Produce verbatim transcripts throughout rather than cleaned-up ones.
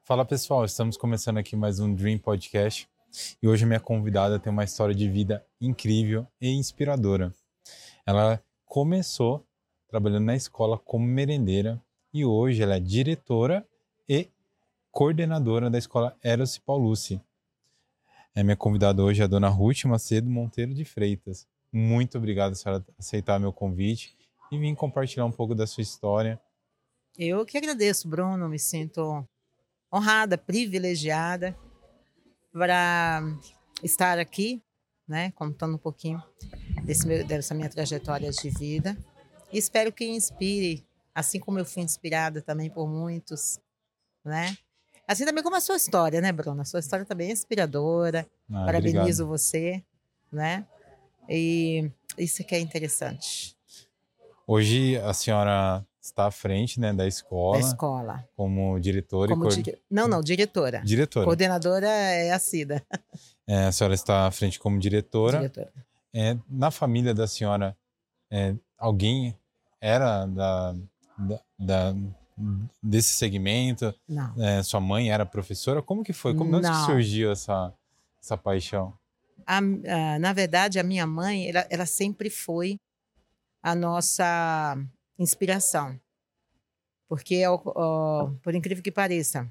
Fala pessoal, estamos começando aqui mais um Dream Podcast e hoje a minha convidada tem uma história de vida incrível e inspiradora. Ela começou trabalhando na escola como merendeira e hoje ela é diretora e coordenadora da escola Eros Paulucci. A minha convidada hoje é a dona Ruth Macedo Monteiro de Freitas. Muito obrigado, senhora, por aceitar meu convite e vir compartilhar um pouco da sua história. Eu que agradeço, Bruno, me sinto honrada, privilegiada para estar aqui, né, contando um pouquinho desse meu, dessa minha trajetória de vida. E espero que inspire, assim como eu fui inspirada também por muitos, né? Assim também como a sua história, né, Bruno? A sua história também é inspiradora. Ah, Parabenizo obrigado. você, né? E isso que é interessante Hoje a senhora está à frente, né, da da escola escola. como diretora e Como coor- dire... Não, não, diretora. diretora. Coordenadora é a Cida. É, a senhora está à frente como diretora. Diretora. É, na família da senhora, é, alguém era da, da, da- desse segmento? Não. É, sua mãe era professora? Como que foi? Como, de onde que Não. surgiu essa, essa paixão? A, a, na verdade, a minha mãe, ela, ela sempre foi a nossa inspiração. Porque, ó, ó, por incrível que pareça,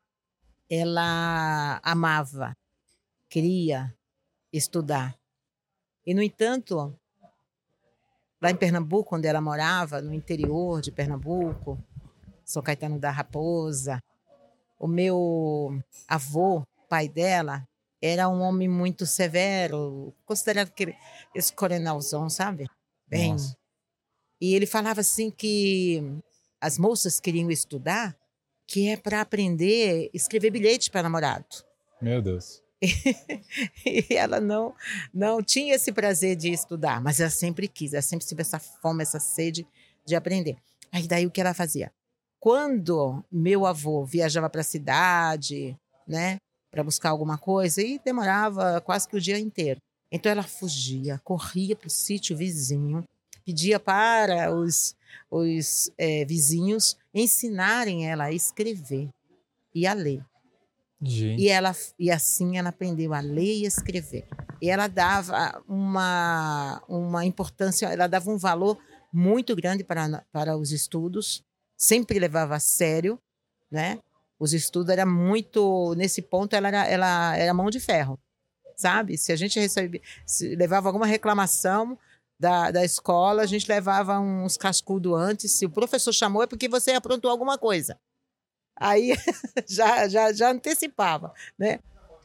ela amava, queria estudar. E, no entanto, lá em Pernambuco, onde ela morava, no interior de Pernambuco, São Caetano da Raposa, o meu avô, pai dela, era um homem muito severo, considerado aquele, esse coronelzão, sabe? Bem. Nossa, E ele falava assim que as moças queriam estudar, que é para aprender a escrever bilhete para namorado. meu Deus. E ela não, não tinha esse prazer de estudar, mas ela sempre quis, ela sempre teve essa fome, essa sede de aprender. Aí daí o que ela fazia? Quando meu avô viajava para a cidade, né, para buscar alguma coisa, e demorava quase que o dia inteiro. Então ela fugia, corria para o sítio vizinho, pedia para os, os é, vizinhos ensinarem ela a escrever e a ler. Gente, E, ela, e assim ela aprendeu a ler e a escrever. E ela dava uma, uma importância, ela dava um valor muito grande para, para os estudos, sempre levava a sério, né? Os estudos era muito, nesse ponto ela era, ela era mão de ferro, sabe? Se a gente recebia, se levava alguma reclamação da, da escola, a gente levava uns cascudos antes, se o professor chamou é porque você aprontou alguma coisa. Aí já, já, já antecipava, né?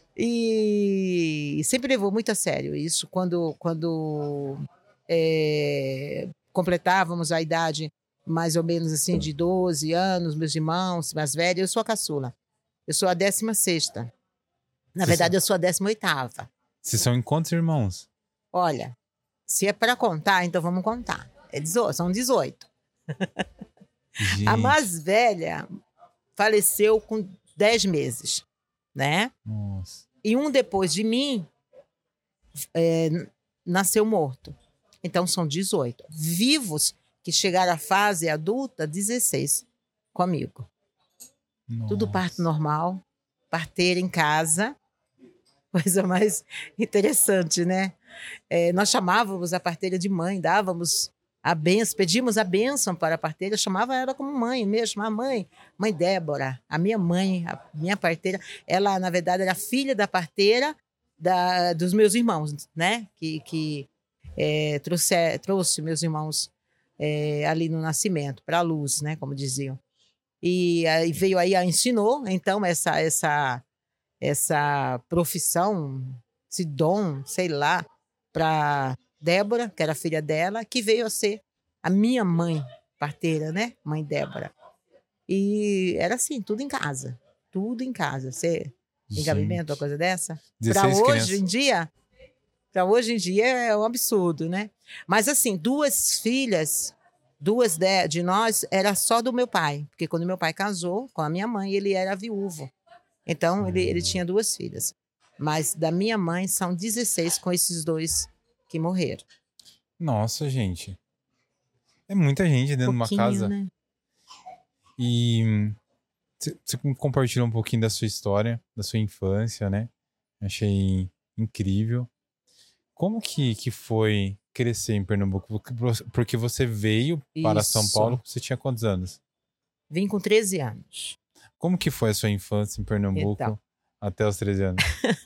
E sempre levou muito a sério isso. Quando, quando é, completávamos a idade mais ou menos assim de doze anos, meus irmãos mais velhos, eu sou a caçula. Eu sou a décima sexta. Na vocês, verdade, eu sou a décima oitava. vocês são em quantos irmãos? Olha, se é para contar, então vamos contar. É dezoito, são dezoito. Gente, A mais velha faleceu com dez meses, né? nossa. E um depois de mim é, nasceu morto. Então são dezoito. Vivos que chegaram à fase adulta, dezesseis comigo. Nossa. Tudo parto normal, parteira em casa. Coisa mais interessante, né? É, nós chamávamos a parteira de mãe, dávamos a benção, pedimos a bênção para a parteira, eu chamava ela como mãe mesmo, a mãe, mãe Débora, a minha mãe, a minha parteira, ela na verdade era filha da parteira da, dos meus irmãos, né? Que, que é, trouxe, trouxe meus irmãos é, ali no nascimento, para a luz, né? Como diziam. E aí veio aí, a ensinou, então, essa, essa, essa profissão, esse dom, sei lá, para Débora, que era filha dela, que veio a ser a minha mãe parteira, né? Mãe Débora. E era assim, tudo em casa. Tudo em casa. Você tem cabimento, uma coisa dessa? Para hoje crianças. em dia, para hoje em dia é um absurdo, né? Mas assim, duas filhas, duas de, de nós, era só do meu pai. Porque quando meu pai casou com a minha mãe, ele era viúvo. Então, ele, ele tinha duas filhas. Mas da minha mãe são dezesseis com esses dois que morreram. Nossa, gente. É muita gente dentro de uma Pouquinho, casa. né? E Você compartilhou um pouquinho da sua história, da sua infância, né? Achei incrível. Como que, que foi crescer em Pernambuco? Porque você veio para São Isso. Paulo, você tinha quantos anos? Vim com treze anos. Como que foi a sua infância em Pernambuco Então. até os treze anos?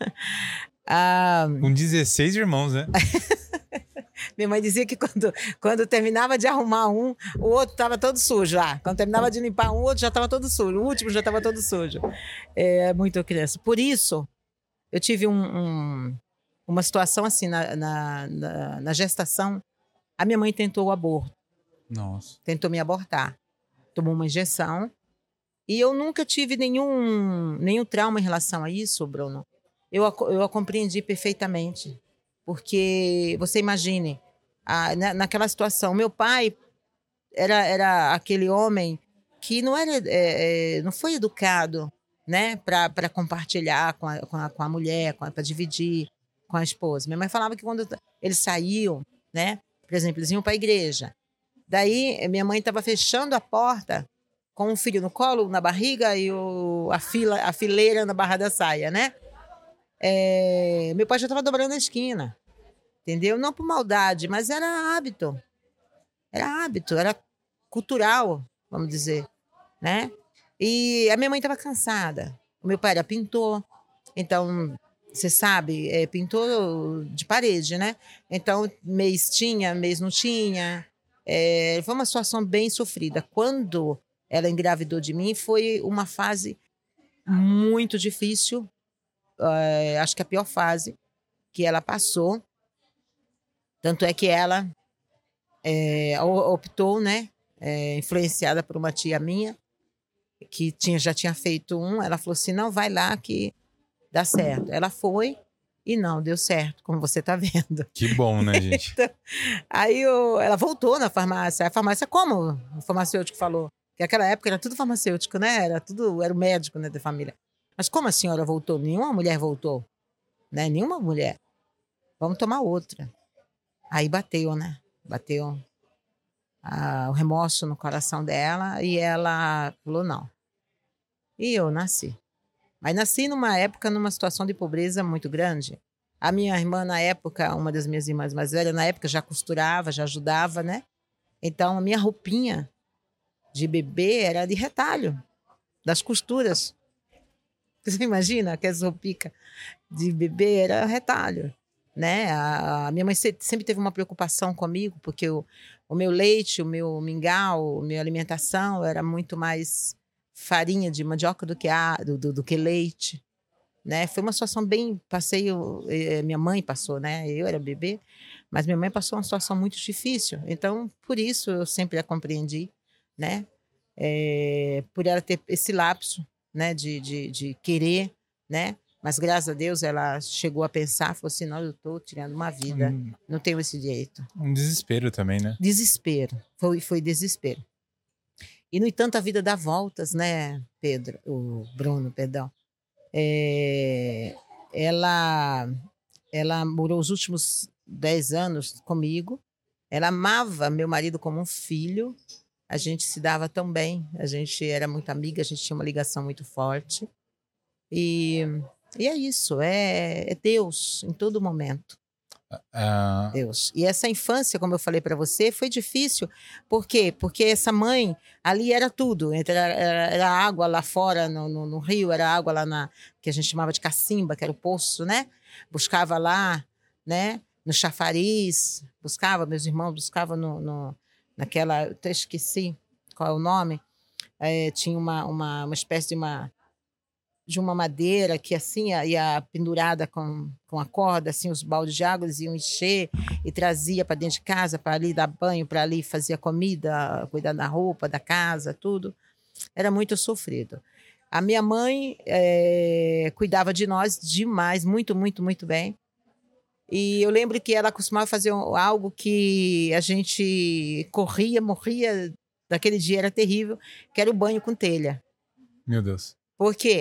Ah, Com dezesseis irmãos, né? minha mãe dizia que quando, quando terminava de arrumar um, o outro estava todo sujo lá. Quando terminava de limpar um, o outro já estava todo sujo. O último já estava todo sujo. É muito criança. Por isso, eu tive um, um, uma situação assim, na, na, na, na gestação, a minha mãe tentou o aborto. Nossa. Tentou me abortar. Tomou uma injeção. E eu nunca tive nenhum, nenhum trauma em relação a isso, Bruno. Eu, eu a compreendi perfeitamente. Porque, você imagine, a, na, naquela situação, meu pai era, era aquele homem que não, era, é, é, não foi educado, né, para compartilhar com a, com a, com a mulher, para dividir com a esposa. Minha mãe falava que quando eles saíam, né, por exemplo, eles iam para a igreja. Daí, minha mãe estava fechando a porta com o filho no colo, na barriga, e o, a, fila, a fileira na barra da saia, né? É, meu pai já estava dobrando a esquina, entendeu? Não por maldade, mas era hábito. Era hábito, era cultural, vamos dizer, né? E a minha mãe estava cansada. O meu pai era pintor, então, você sabe, é, pintor de parede, né? Então, mês tinha, mês não tinha. É, foi uma situação bem sofrida. Quando ela engravidou de mim, foi uma fase muito difícil. É, acho que a pior fase que ela passou. Tanto é que ela é, optou, né, é, influenciada por uma tia minha, que tinha, já tinha feito um, ela falou assim, não, vai lá que dá certo. Ela foi e não, deu certo, como você está vendo. Que bom, né, gente? Então, aí eu, ela voltou na farmácia. A farmácia, como o farmacêutico falou? Que naquela época era tudo farmacêutico, né? Era tudo, era o médico, né, da família. Mas como a senhora voltou? Nenhuma mulher voltou, né? Nenhuma mulher. Vamos tomar outra. Aí bateu, né? Bateu ah, o remorso no coração dela e ela falou não. E eu nasci. Mas nasci numa época, numa situação de pobreza muito grande. A minha irmã, na época, uma das minhas irmãs mais velhas, na época já costurava, já ajudava, né? Então, a minha roupinha de bebê era de retalho, das costuras. Você imagina? Aquelas roupicas de bebê era retalho, né? A, a minha mãe sempre teve uma preocupação comigo, porque o, o meu leite, o meu mingau, a minha alimentação era muito mais farinha de mandioca do que, a, do, do, do que leite, né? Foi uma situação bem... Passei... Eh, minha mãe passou, né? Eu era bebê, mas minha mãe passou uma situação muito difícil. Então, por isso, eu sempre a compreendi, né? É, por ela ter esse lapso, né? De, de, de querer, né? Mas, graças a Deus, ela chegou a pensar, falou assim, não, eu estou tirando uma vida, hum, não tenho esse direito. Um desespero também, né? Desespero. Foi, foi desespero. E, no entanto, a vida dá voltas, né, Pedro? O Bruno, perdão. É, ela, ela morou os últimos dez anos comigo. Ela amava meu marido como um filho. A gente se dava tão bem. A gente era muito amiga, a gente tinha uma ligação muito forte. E, e é isso, é, é Deus em todo momento. Uh... Deus. E essa infância, como eu falei para você, foi difícil. Por quê? Porque essa mãe, ali era tudo. Era, era, era água lá fora no, no, no rio, era água lá na, que a gente chamava de cacimba, que era o poço, né? Buscava lá, né? No chafariz, buscava, meus irmãos buscavam no, no, naquela, eu até esqueci qual é o nome, é, tinha uma, uma, uma espécie de uma de uma madeira que assim ia pendurada com, com a corda, assim os baldes de água eles iam encher e trazia para dentro de casa, para ali dar banho, para ali fazia comida, cuidar da roupa, da casa, tudo. Era muito sofrido. A minha mãe é, cuidava de nós demais, muito, muito, muito bem. E eu lembro que ela costumava fazer algo que a gente corria, morria, daquele dia era terrível, que era o banho com telha. Meu Deus. Por quê?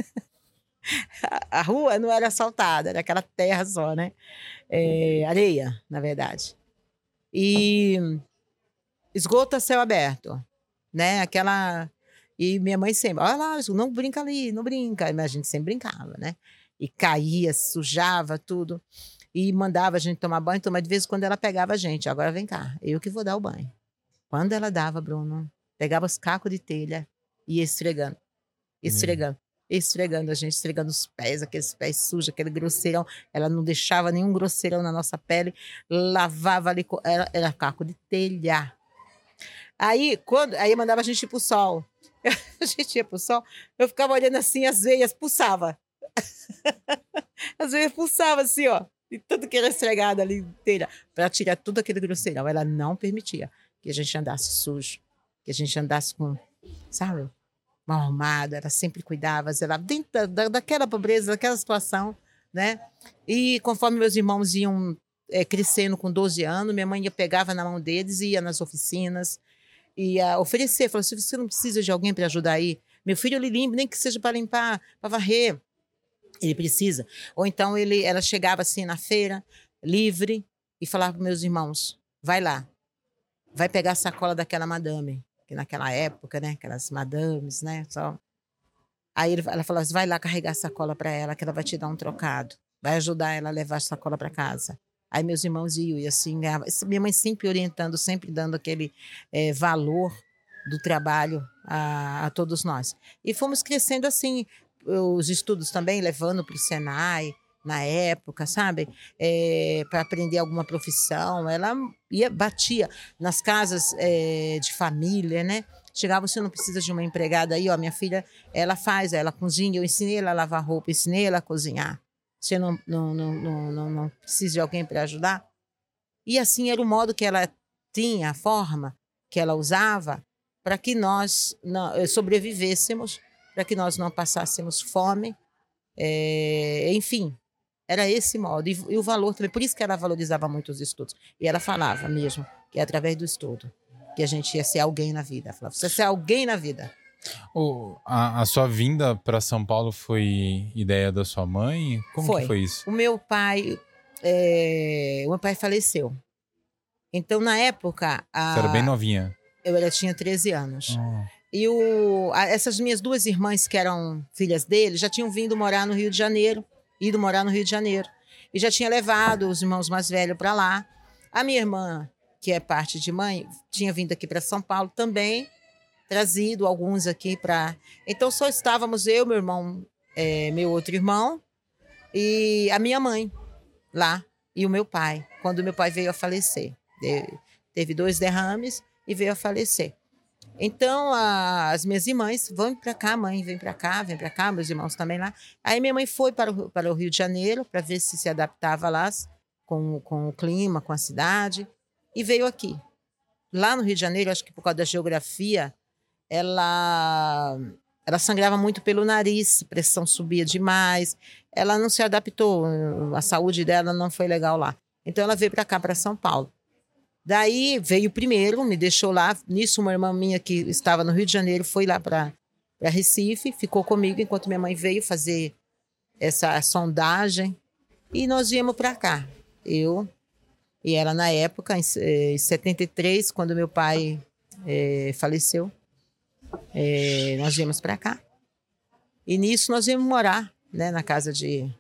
A rua não era asfaltada, era aquela terra só, né? É, areia, na verdade. E esgoto a céu aberto, né? Aquela... E minha mãe sempre, olha lá, não brinca ali, não brinca. Mas a gente sempre brincava, né? E caía, sujava tudo. E mandava a gente tomar banho, tomar de vez em quando ela pegava a gente. Agora vem cá, eu que vou dar o banho. Quando ela dava, Bruno, pegava os cacos de telha e ia esfregando, esfregando, hum. esfregando a gente, esfregando os pés, aqueles pés sujos, aquele grosseirão. Ela não deixava nenhum grosseirão na nossa pele, lavava ali, era, era caco de telha. Aí, quando, aí mandava a gente ir pro sol. A gente ia pro sol, eu ficava olhando assim, as veias pulsava. As veias pulsavam assim, ó. E tudo que era esfregado ali inteira, para tirar tudo aquele grosseirão. Ela não permitia que a gente andasse sujo, que a gente andasse com, sabe, mal arrumado. Ela sempre cuidava, ela dentro da, daquela pobreza, daquela situação, né? E conforme meus irmãos iam é, crescendo com doze anos, minha mãe ia, pegava na mão deles e ia nas oficinas, ia oferecer, falou assim, você não precisa de alguém para ajudar aí? Meu filho, ele limpa, nem que seja para limpar, para varrer. Ele precisa. Ou então ele, ela chegava assim na feira, livre, e falava para meus irmãos, vai lá, vai pegar a sacola daquela madame, que naquela época, né, aquelas madames, né, só. Aí ele, ela falava assim, vai lá carregar a sacola para ela, que ela vai te dar um trocado, vai ajudar ela a levar a sacola para casa. Aí meus irmãos iam, e assim, ganhava. Minha mãe sempre orientando, sempre dando aquele é, valor do trabalho a, a todos nós. E fomos crescendo assim, os estudos também, levando para o Senai, na época, sabe? É, para aprender alguma profissão. Ela ia, batia nas casas é, de família, né? Chegava, você não precisa de uma empregada aí, ó, minha filha, ela faz, ela cozinha, eu ensinei ela a lavar roupa, ensinei ela a cozinhar. Você não, não, não, não, não, não precisa de alguém para ajudar? E assim era o modo que ela tinha, a forma que ela usava para que nós não, sobrevivêssemos, para que nós não passássemos fome, é, enfim, era esse modo. E, e o valor também, por isso que ela valorizava muito os estudos. E ela falava mesmo que é através do estudo que a gente ia ser alguém na vida. Ela falava, você ia ser alguém na vida. Oh, a, a sua vinda para São Paulo foi ideia da sua mãe? Como foi. que foi isso? O meu pai, é, o meu pai faleceu. Então, na época... A, você era bem novinha? Eu era, tinha treze anos. Oh. E o, a, essas minhas duas irmãs, que eram filhas dele, já tinham vindo morar no Rio de Janeiro, ido morar no Rio de Janeiro. E já tinha levado os irmãos mais velhos para lá. A minha irmã, que é parte de mãe, tinha vindo aqui para São Paulo também, trazido alguns aqui para... Então, só estávamos eu, meu irmão, é, meu outro irmão, e a minha mãe lá, e o meu pai, quando meu pai veio a falecer. Teve dois derrames e veio a falecer. Então, a, as minhas irmãs, vão para cá, mãe, vem para cá, vem para cá, meus irmãos também lá. Aí minha mãe foi para o, para o Rio de Janeiro, para ver se se adaptava lá com, com o clima, com a cidade, e veio aqui. Lá no Rio de Janeiro, acho que por causa da geografia, ela, ela sangrava muito pelo nariz, a pressão subia demais, ela não se adaptou, a saúde dela não foi legal lá. Então, ela veio para cá, para São Paulo. Daí veio primeiro, me deixou lá. Nisso, uma irmã minha que estava no Rio de Janeiro foi lá para Recife, ficou comigo enquanto minha mãe veio fazer essa sondagem. E nós viemos para cá. Eu e ela, na época, em, em setenta e três, quando meu pai é, faleceu, é, nós viemos para cá. E nisso nós viemos morar, né, na casa de,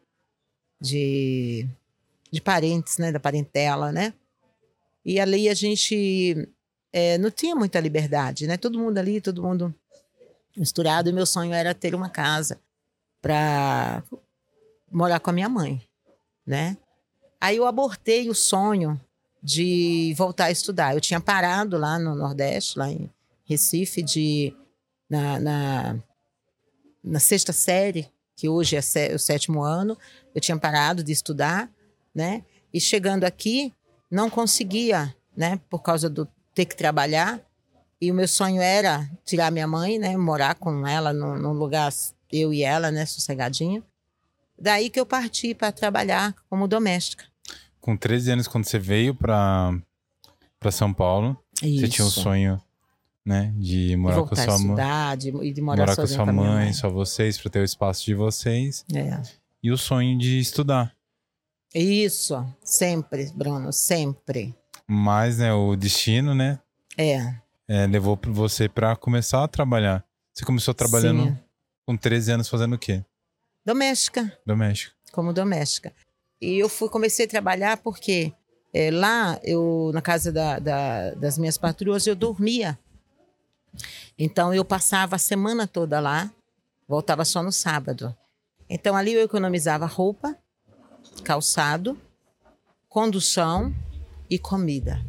de, de parentes, né, da parentela, né? E ali a gente é, não tinha muita liberdade, né? Todo mundo ali, todo mundo misturado. E meu sonho era ter uma casa para morar com a minha mãe, né? Aí eu abortei o sonho de voltar a estudar. Eu tinha parado lá no Nordeste, lá em Recife, de, na, na, na sexta série, que hoje é o sétimo ano. Eu tinha parado de estudar, né? E chegando aqui, não conseguia, né, por causa do ter que trabalhar. E o meu sonho era tirar minha mãe, né, morar com ela num, num lugar, eu e ela, né, sossegadinho. Daí que eu parti para trabalhar como doméstica. Com treze anos, quando você veio para para São Paulo, Isso. você tinha o sonho, né, de morar com a sua mãe, de, de morar, morar com a sua com a mãe, mãe, só vocês, para ter o espaço de vocês. É. E o sonho de estudar. Isso, sempre, Bruno, sempre. Mas, né, o destino, né? É. é levou você para começar a trabalhar. Você começou trabalhando Sim. com treze anos fazendo o quê? Doméstica. Doméstica. Como doméstica. E eu fui, comecei a trabalhar porque é, lá, eu, na casa da, da, das minhas patroas, eu dormia. Então, eu passava a semana toda lá, voltava só no sábado. Então, ali eu economizava roupa, calçado, condução e comida.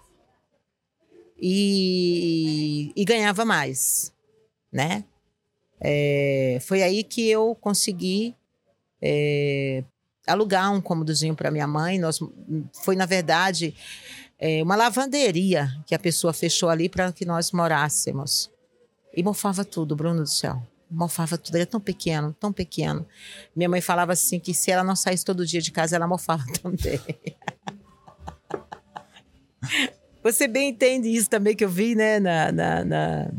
E, e ganhava mais, né? É, foi aí que eu consegui é, alugar um cômodozinho para minha mãe. Nós, foi, na verdade, é, uma lavanderia que a pessoa fechou ali para que nós morássemos. E mofava tudo, Bruno do céu. Mofava tudo, era tão pequeno, tão pequeno. Minha mãe falava assim que se ela não saísse todo dia de casa, ela mofava também. Você bem entende isso também que eu vi, né, na, na, na,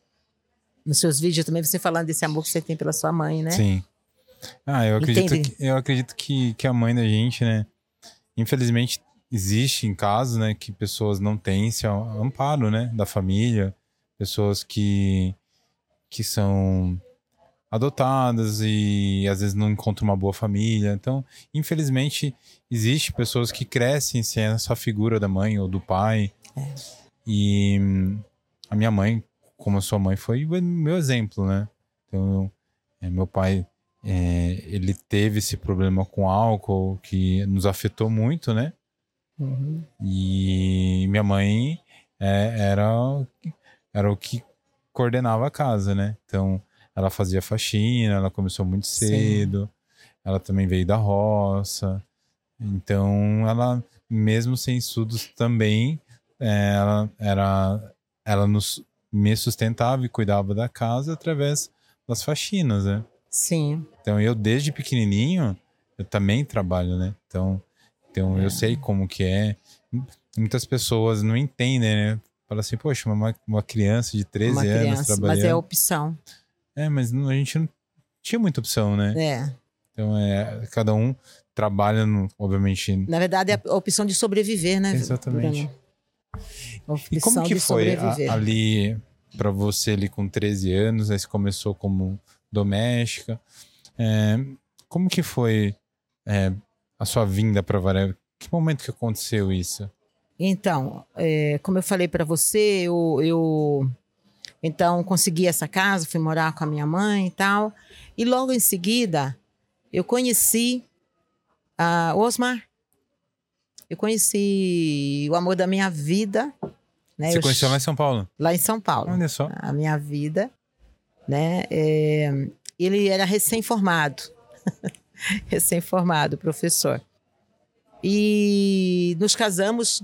nos seus vídeos também, você falando desse amor que você tem pela sua mãe, né? Sim. Ah, eu acredito, Entende? que, eu acredito que, que a mãe da gente, né, infelizmente existe em casos, né, que pessoas não têm esse amparo, né, da família, pessoas que, que são adotadas e às vezes não encontram uma boa família. Então, infelizmente, existe pessoas que crescem sem essa figura da mãe ou do pai. É. E a minha mãe, como a sua mãe, foi o meu exemplo, né? Então, é, meu pai, é, ele teve esse problema com álcool que nos afetou muito, né? Uhum. E minha mãe é, era, era o que coordenava a casa, né? Então, ela fazia faxina, ela começou muito cedo. Sim. Ela também veio da roça. Então, ela, mesmo sem estudos também, é, ela, era, ela nos, me sustentava e cuidava da casa através das faxinas, né? Sim. Então, eu desde pequenininho, eu também trabalho, né? Então, então é. eu sei como que é. Muitas pessoas não entendem, né? Fala assim, poxa, uma, uma criança de treze uma anos criança, trabalhando. Mas é a opção. É, mas não, a gente não tinha muita opção, né? É. Então, é, cada um trabalha, no, obviamente... Na verdade, é a opção de sobreviver, né? Exatamente. A e como que foi a, ali, para você ali com treze anos, aí você começou como doméstica. É, como que foi é, a sua vinda para Avaré? Que momento que aconteceu isso? Então, é, como eu falei para você, eu... eu... Então, consegui essa casa, fui morar com a minha mãe e tal. E logo em seguida, eu conheci uh, o Osmar. Eu conheci o amor da minha vida. Né? Você eu, conheceu lá em São Paulo? Lá em São Paulo. Olha só. A minha vida. Né? É, ele era recém-formado. recém-formado, professor. E nos casamos...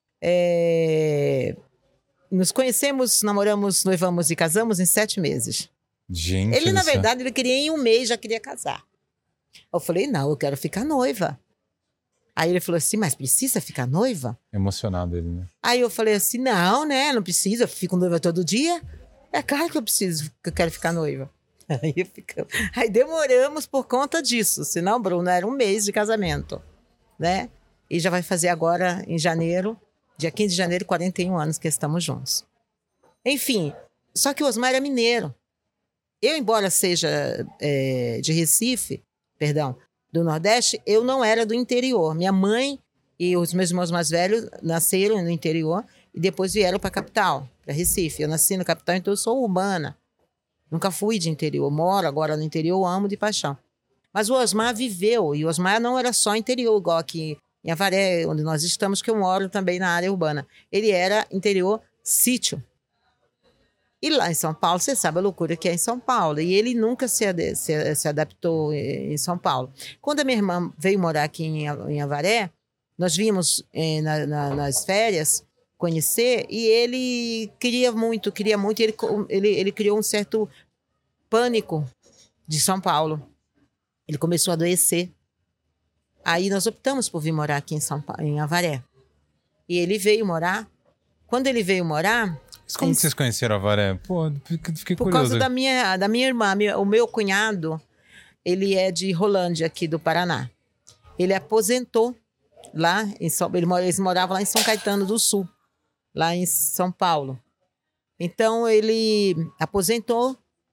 É, Nos conhecemos, namoramos, noivamos e casamos em sete meses. Gente, ele, na verdade, ele queria em um mês, já queria casar. Eu falei, não, eu quero ficar noiva. Aí ele falou assim, mas precisa ficar noiva? Emocionado ele, né? Aí eu falei assim, não, né, não precisa, eu fico noiva todo dia. É claro que eu preciso, que eu quero ficar noiva. Aí, eu fico... Aí demoramos por conta disso, senão, Bruno, era um mês de casamento, né? E já vai fazer agora, em janeiro, dia quinze de janeiro, quarenta e um anos que estamos juntos. Enfim, só que o Osmar era mineiro. Eu, embora seja é, de Recife, perdão, do Nordeste, eu não era do interior. Minha mãe e os meus irmãos mais velhos nasceram no interior e depois vieram para a capital, para Recife. Eu nasci na capital, então eu sou urbana. Nunca fui de interior. Moro agora no interior, amo de paixão. Mas o Osmar viveu, e o Osmar não era só interior, igual aqui em Avaré, onde nós estamos, que eu moro também na área urbana. Ele era interior sítio. E lá em São Paulo, você sabe a loucura que é em São Paulo. E ele nunca se, ad- se, se adaptou em São Paulo. Quando a minha irmã veio morar aqui em, em Avaré, nós vimos eh, na, na, nas férias conhecer, e ele queria muito, queria muito. E ele, ele, ele criou um certo pânico de São Paulo. Ele começou a adoecer. Aí nós optamos por vir morar aqui em, São Paulo, em Avaré. E ele veio morar. Quando ele veio morar... Mas como em... que vocês conheceram Avaré? Pô, fiquei Por curioso. causa da minha, da minha irmã. O meu cunhado, ele é de Rolândia, aqui do Paraná. Ele aposentou lá em São... Ele, eles moravam lá em São Caetano do Sul, lá em São Paulo. Então, ele aposentou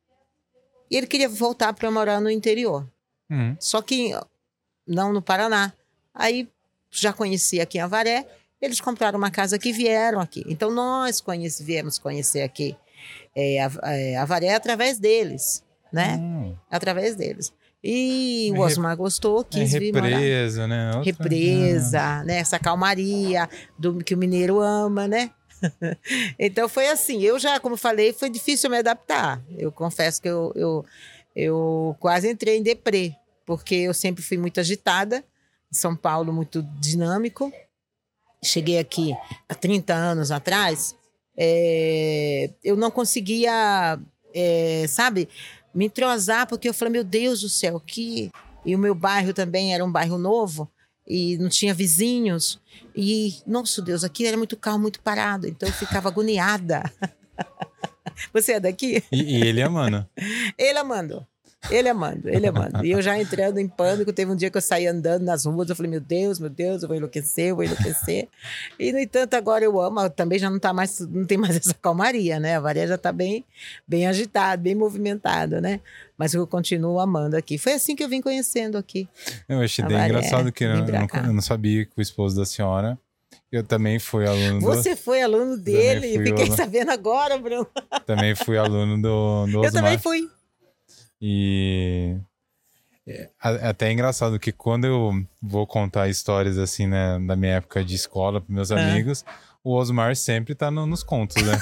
E ele queria voltar para morar no interior. Uhum. Só que não no Paraná. Aí já conhecia aqui em Avaré, eles compraram uma casa aqui e vieram aqui. Então nós conhece, viemos conhecer aqui é, é, Avaré através deles, né? Hum. Através deles. E É o Osmar gostou, quis é vir morar. represa, né? Outra... Represa, né? Essa calmaria do, que o mineiro ama, né? Então foi assim, eu já, como falei, foi difícil me adaptar. Eu confesso que eu, eu, eu quase entrei em deprê, porque eu sempre fui muito agitada, São Paulo muito dinâmico. Cheguei aqui há trinta anos atrás, é, eu não conseguia, é, sabe, me entrosar, porque eu falei, meu Deus do céu, que... E o meu bairro também era um bairro novo, e não tinha vizinhos, e, nossa Deus, aqui era muito calmo, muito parado, então eu ficava agoniada. Você é daqui? E, e ele amando. Ele amando. Ele amando, ele amando. E eu já entrando em pânico, teve um dia que eu saí andando nas ruas, eu falei, meu Deus, meu Deus, eu vou enlouquecer, eu vou enlouquecer. E, no entanto, agora eu amo, também já não tá mais, não tem mais essa calmaria, né? A Avaré já tá bem, bem agitada, bem movimentada, né? Mas eu continuo amando aqui. Foi assim que eu vim conhecendo aqui. Eu achei bem Avaré, engraçado que eu vim não, pra eu cá. não, eu não sabia que o esposo da senhora, eu também fui aluno do... Você foi aluno dele? fui Fiquei aluno- sabendo agora, Bruno. Também fui aluno do, do Eu também Osmar. fui. E é a- até é engraçado que quando eu vou contar histórias assim, né, da minha época de escola para meus Ah. amigos, o Osmar sempre tá no- nos contos, né?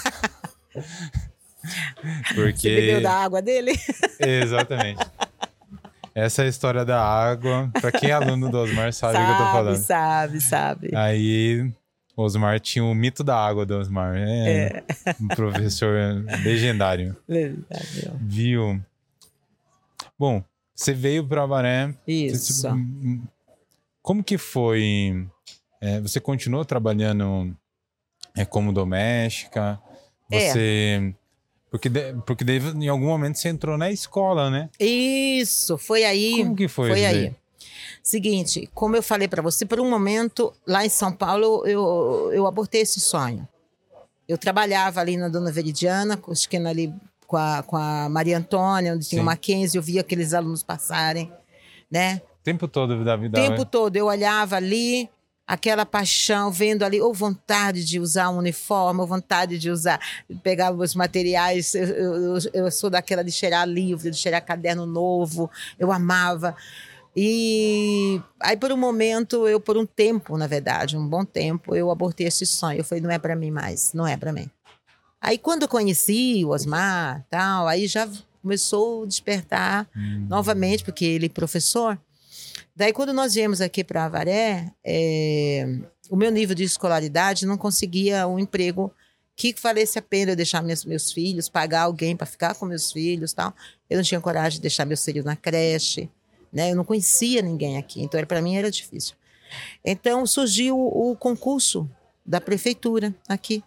Porque... Você bebeu da água dele? Exatamente. Essa é a história da água. Pra quem é aluno do Osmar sabe o que eu tô falando. Sabe, sabe, sabe. Aí, o Osmar tinha o mito da água do Osmar. É, um professor legendário. Verdade. Viu? Bom, você veio para Avaré. Isso. Você- como que foi? É, você continuou trabalhando é, como doméstica? Você... Porque, de- porque daí, em algum momento você entrou na escola, né? Isso, foi aí. Como que foi Foi isso aí. daí? Seguinte, como eu falei para você, por um momento, lá em São Paulo, eu, eu abortei esse sonho. Eu trabalhava ali na Dona Veridiana, acho que ali com a, com a Maria Antônia, onde tinha Sim. o Mackenzie, eu via aqueles alunos passarem, né? O tempo todo da O vida. tempo todo eu olhava ali, aquela paixão, vendo ali, ou vontade de usar um uniforme, ou vontade de usar, pegar os materiais. Eu, eu, eu sou daquela de cheirar livro, de cheirar caderno novo, eu amava. E aí, por um momento, eu, por um tempo, na verdade, um bom tempo, eu abortei esse sonho. Eu falei, não é para mim mais, não é para mim. Aí, quando eu conheci o Osmar, tal, aí já começou a despertar Hum. novamente, porque ele é professor. Daí, quando nós viemos aqui para Avaré, é, o meu nível de escolaridade não conseguia um emprego que valesse a pena eu deixar meus, meus filhos, pagar alguém para ficar com meus filhos, tal. Eu não tinha coragem de deixar meus filhos na creche, né? Eu não conhecia ninguém aqui, então para mim era difícil. Então surgiu o, o concurso da prefeitura aqui.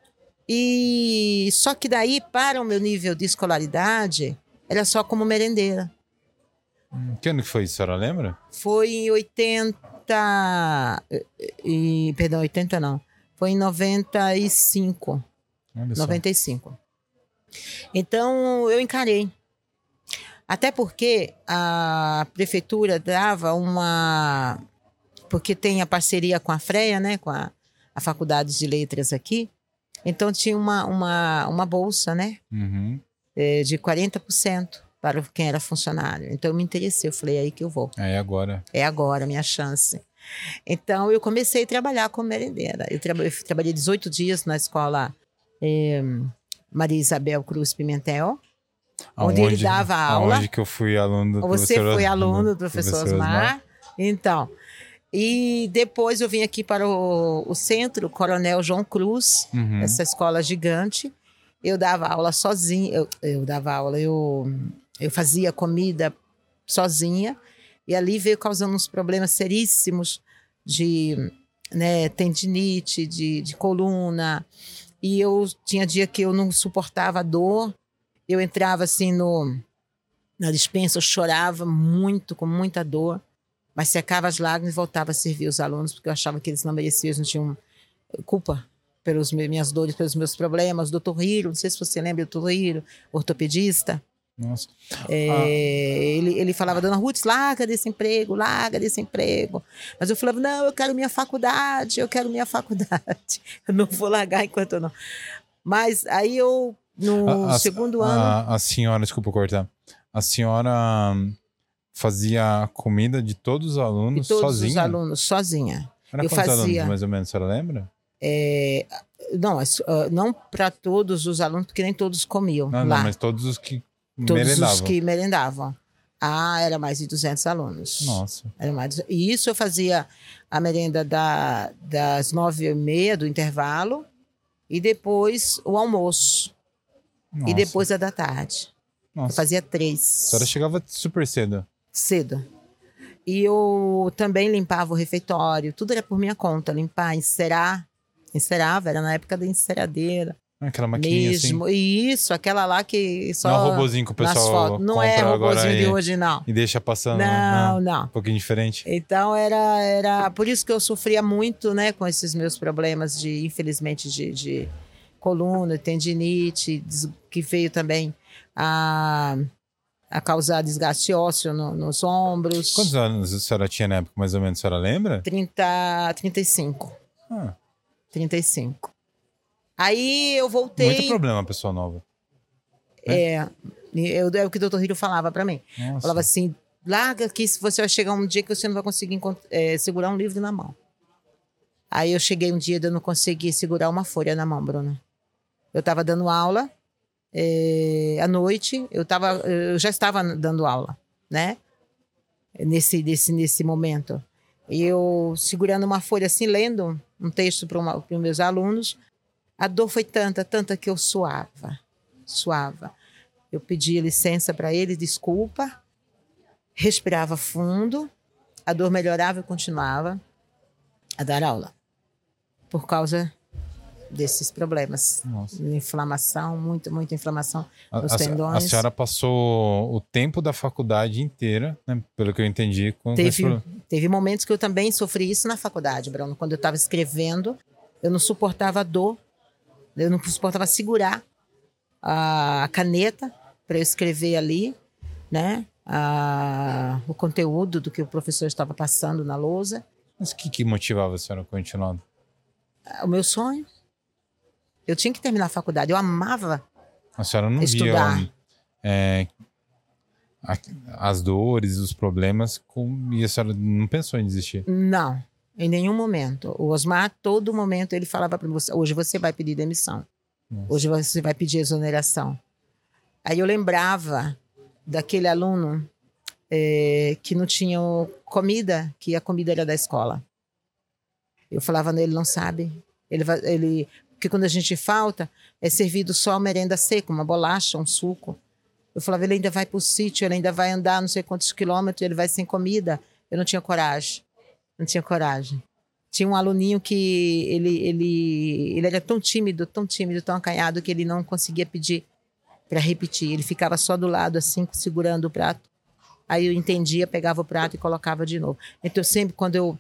E só que daí, para o meu nível de escolaridade, era só como merendeira. Que ano que foi isso, a senhora lembra? Foi em oitenta... E, perdão, oitenta não. Foi em noventa e cinco. Olha só. noventa e cinco. Então, eu encarei. Até porque a prefeitura dava uma... Porque tem a parceria com a FREA, né? Com a, a Faculdade de Letras aqui. Então, tinha uma, uma, uma bolsa, né? Uhum. É, de quarenta por cento para quem era funcionário. Então, eu me interessei. Eu falei, é aí que eu vou. Aí agora. É agora a minha chance. Então, eu comecei a trabalhar como merendeira. Eu, tra eu trabalhei dezoito dias na escola é, Maria Isabel Cruz Pimentel, onde ele dava aula. Onde que eu fui aluno do Você professor foi Os- aluno do professor Osmar. Então, e depois eu vim aqui para o, o centro, Coronel João Cruz, Uhum. essa escola gigante. Eu dava aula sozinha, eu, eu dava aula, eu, eu fazia comida sozinha, e ali veio causando uns problemas seríssimos de, né, tendinite, de, de coluna, e eu tinha dia que eu não suportava a dor, eu entrava assim no, na despensa, eu chorava muito, com muita dor, mas secava as lágrimas e voltava a servir os alunos, porque eu achava que eles não mereciam, eles não tinham culpa pelas minhas dores, pelos meus problemas. Doutor Hiro, não sei se você lembra do doutor Hiro, ortopedista. Nossa. É, Ah. ele, ele falava, dona Ruth, larga desse emprego, larga desse emprego. Mas eu falava, não, eu quero minha faculdade, eu quero minha faculdade. Eu não vou largar enquanto eu não. Mas aí eu, no A, a, segundo a, ano... a senhora, desculpa cortar, a senhora fazia a comida de todos os alunos De todos sozinha? os alunos, sozinha. Era eu quantos fazia, alunos, mais ou menos, a senhora lembra? É, não, não para todos os alunos, porque nem todos comiam Não, lá. não, mas todos os que Todos merendavam. os que merendavam. Ah, era mais de duzentos alunos. Nossa. Era mais de... E isso eu fazia a merenda da, das nove e meia do intervalo e depois o almoço. Nossa. E depois a da tarde. Nossa. Eu fazia três. A senhora chegava super cedo. Cedo. E eu também limpava o refeitório. Tudo era por minha conta. Limpar, encerar. Encerava, era na época da enceradeira. Aquela maquininha Mesmo. assim. E isso, aquela lá que só... Não é o robozinho que o pessoal nas fotos. Não compra é agora robozinho e, de hoje, não. e deixa passando. Não, não, não. Um pouquinho diferente. Então era, era... Por isso que eu sofria muito, né? Com esses meus problemas de, infelizmente, de, de coluna, tendinite, des- que veio também a, a causar desgaste ósseo no- nos ombros. Quantos anos a senhora tinha na época, mais ou menos? A senhora lembra? trinta, trinta e cinco. Ah, trinta e cinco. Aí eu voltei... muito problema, pessoa nova. É, eu, é o que o doutor Hiro falava para mim. Nossa. Falava assim, larga que se você vai chegar um dia que você não vai conseguir é, segurar um livro na mão. Aí eu cheguei um dia e eu não consegui segurar uma folha na mão, Bruna. Eu estava dando aula, é, à noite, eu, tava, eu já estava dando aula, né? Nesse, nesse, nesse momento. E eu segurando uma folha assim, lendo um texto para os meus alunos, a dor foi tanta, tanta que eu suava. Suava. Eu pedia licença para ele, desculpa, respirava fundo, a dor melhorava e continuava a dar aula. Por causa desses problemas. Nossa. De inflamação, muita, muita inflamação A, nos a, tendões. a senhora passou o tempo da faculdade inteira, né, pelo que eu entendi. Com Teve, esse... teve momentos que eu também sofri isso na faculdade, Bruno. Quando eu estava escrevendo, eu não suportava a dor, eu não suportava segurar a caneta para eu escrever ali, né? A, o conteúdo do que o professor estava passando na lousa. Mas o que, que motivava a senhora a continuar? O meu sonho. Eu tinha que terminar a faculdade. Eu amava A senhora não estudar. via é, a, as dores, os problemas, com, e a senhora não pensou em desistir? Não, em nenhum momento. O Osmar, todo momento, ele falava para você, hoje você vai pedir demissão. Nossa. Hoje você vai pedir exoneração. Aí eu lembrava daquele aluno é, que não tinha comida, que a comida era da escola. Eu falava, ele não sabe. Ele, ele, porque quando a gente falta, é servido só merenda seca, uma bolacha, um suco. Eu falava, ele ainda vai para o sítio, ele ainda vai andar não sei quantos quilômetros, ele vai sem comida. Eu não tinha coragem. Não tinha coragem. Tinha um aluninho que ele, ele, ele era tão tímido, tão tímido, tão acanhado, que ele não conseguia pedir para repetir. Ele ficava só do lado, assim, segurando o prato. Aí eu entendia, pegava o prato e colocava de novo. Então, eu sempre, quando eu,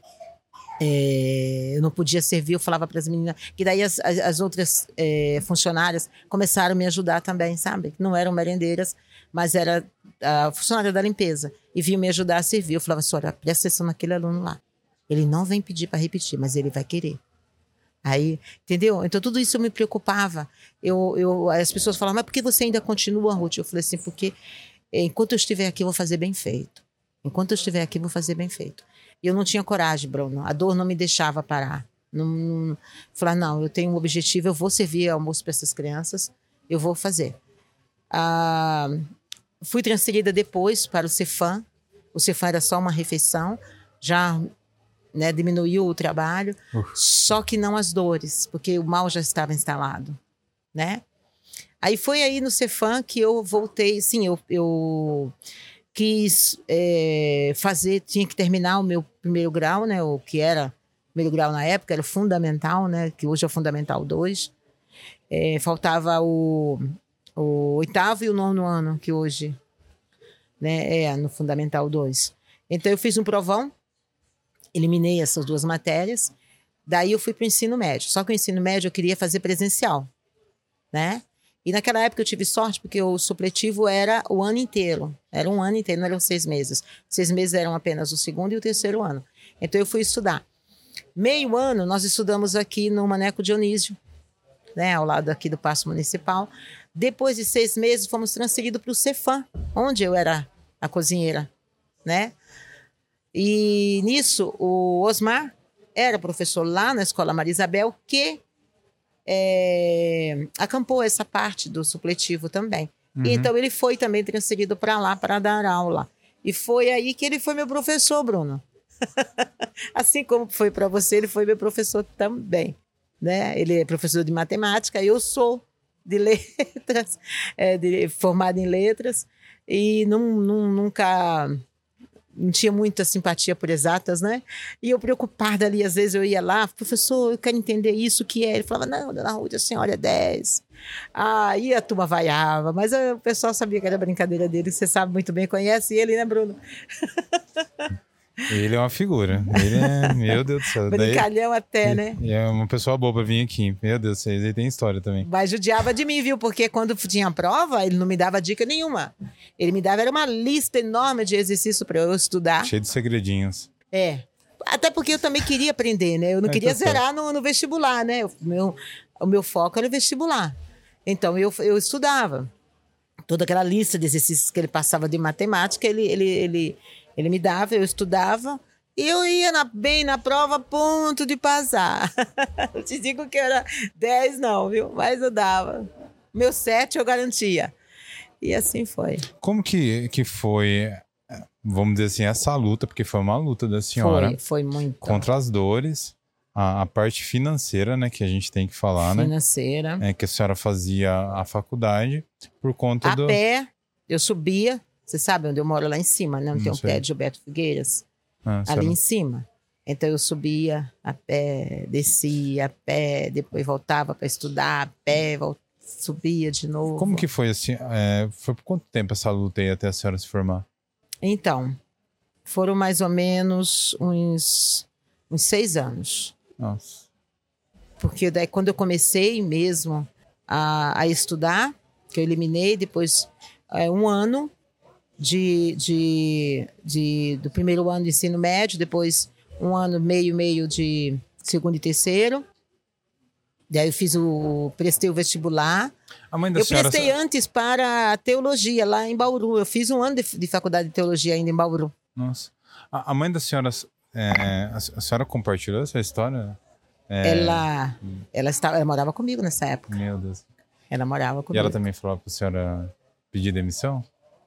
é, eu não podia servir, eu falava para as meninas. Que daí as, as, as outras é, funcionárias começaram a me ajudar também, sabe? Não eram merendeiras, mas era a funcionária da limpeza. E vinham me ajudar a servir. Eu falava, senhora, presta atenção naquele aluno lá. Ele não vem pedir para repetir, mas ele vai querer. Aí, entendeu? Então, tudo isso me preocupava. Eu, eu, as pessoas falavam, mas por que você ainda continua, Ruth? Eu falei assim, porque enquanto eu estiver aqui, eu vou fazer bem feito. Enquanto eu estiver aqui, eu vou fazer bem feito. E eu não tinha coragem, Bruno. A dor não me deixava parar. Não, não, falar, não, eu tenho um objetivo, eu vou servir almoço para essas crianças, eu vou fazer. Ah, fui transferida depois para o Cefam. O Cefam era só uma refeição. Já... Né, diminuiu o trabalho, Uf. Só que não as dores, porque o mal já estava instalado, né? Aí foi aí no Cefam que eu voltei, sim, eu, eu quis é, fazer, tinha que terminar o meu primeiro grau, né, o que era primeiro grau na época, era o fundamental, né, que hoje é o fundamental dois, é, faltava o, o oitavo e o nono ano, que hoje, né, é no fundamental dois. Então eu fiz um provão, eliminei essas duas matérias, daí eu fui para o ensino médio. Só que o ensino médio eu queria fazer presencial, né? E naquela época eu tive sorte, porque o supletivo era o ano inteiro. Era um ano inteiro, não eram seis meses. Seis meses eram apenas o segundo e o terceiro ano. Então eu fui estudar. Meio ano nós estudamos aqui no Maneco Dionísio, né, ao lado aqui do Paço Municipal. Depois de seis meses fomos transferidos para o Cefam, onde eu era a cozinheira, né? E nisso o Osmar era professor lá na Escola Maria Isabel, que É, acampou essa parte do supletivo também. Uhum. E então ele foi também transferido para lá para dar aula. E foi aí que ele foi meu professor, Bruno. Assim como foi para você, ele foi meu professor também, né? Ele é professor de matemática, eu sou de letras, é, de, formada em letras, e não, não, nunca... não tinha muita simpatia por exatas, né? E eu preocupada ali, às vezes eu ia lá, professor, eu quero entender isso, o que é? Ele falava, não, dona Ruth, a senhora é dez. Aí a turma vaiava, mas o pessoal sabia que era brincadeira dele, você sabe muito bem, conhece ele, né, Bruno? Ele é uma figura, ele é, meu Deus do céu. Brincalhão daí, até, né? E é uma pessoa boa pra vir aqui, meu Deus do céu, ele tem história também. Mas judiava de mim, viu? Porque quando tinha prova, ele não me dava dica nenhuma. Ele me dava, era uma lista enorme de exercícios para eu estudar. Cheio de segredinhos. É, até porque eu também queria aprender, né? Eu não é, queria tá zerar no, no vestibular, né? O meu, o meu foco era o vestibular. Então, eu, eu estudava. Toda aquela lista de exercícios que ele passava de matemática, ele, ele, ele, ele me dava, eu estudava. E eu ia na, bem na prova, ponto de passar. Eu te digo que era dez não, viu? Mas eu dava. Meu sete eu garantia. E assim foi. Como que, que foi, vamos dizer assim, essa luta, porque foi uma luta da senhora. Foi, foi muito. Contra as dores, a, a parte financeira, né, que a gente tem que falar, financeira. né? É que a senhora fazia a faculdade por conta a do... A pé, eu subia, você sabe onde eu moro, lá em cima, né? Não, Não tem um sei. pé de Gilberto Figueiras. Ah, ali não... em cima. Então eu subia a pé, descia a pé, depois voltava para estudar a pé, voltava. Subia de novo. Como que foi assim? É, foi por quanto tempo essa luta aí até a senhora se formar? Então, foram mais ou menos uns, uns seis anos. Nossa. Porque daí quando eu comecei mesmo a, a estudar, que eu eliminei, depois é, um ano de, de, de, do primeiro ano de ensino médio, depois um ano meio, meio de segundo e terceiro. Daí eu fiz o... prestei o vestibular. A mãe da eu senhora... prestei antes para teologia, lá em Bauru. Eu fiz um ano de, de faculdade de teologia ainda em Bauru. Nossa. A, a mãe da senhora... É, a, a senhora compartilhou essa história? É... Ela, ela, estava, ela morava comigo nessa época. Meu Deus. Ela morava comigo. E ela também falou para a senhora pedir demissão?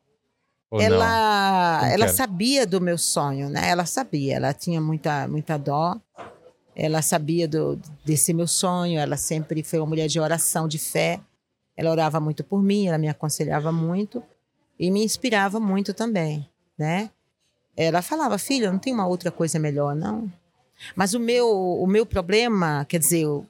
Ou ela ela sabia do meu sonho, né? Ela sabia. Ela tinha muita, muita dó. Ela sabia do, desse meu sonho, ela sempre foi uma mulher de oração, de fé. Ela orava muito por mim, ela me aconselhava muito e me inspirava muito também, né? Ela falava, filha, não tem uma outra coisa melhor, não. Mas o meu, o meu problema, quer dizer, o,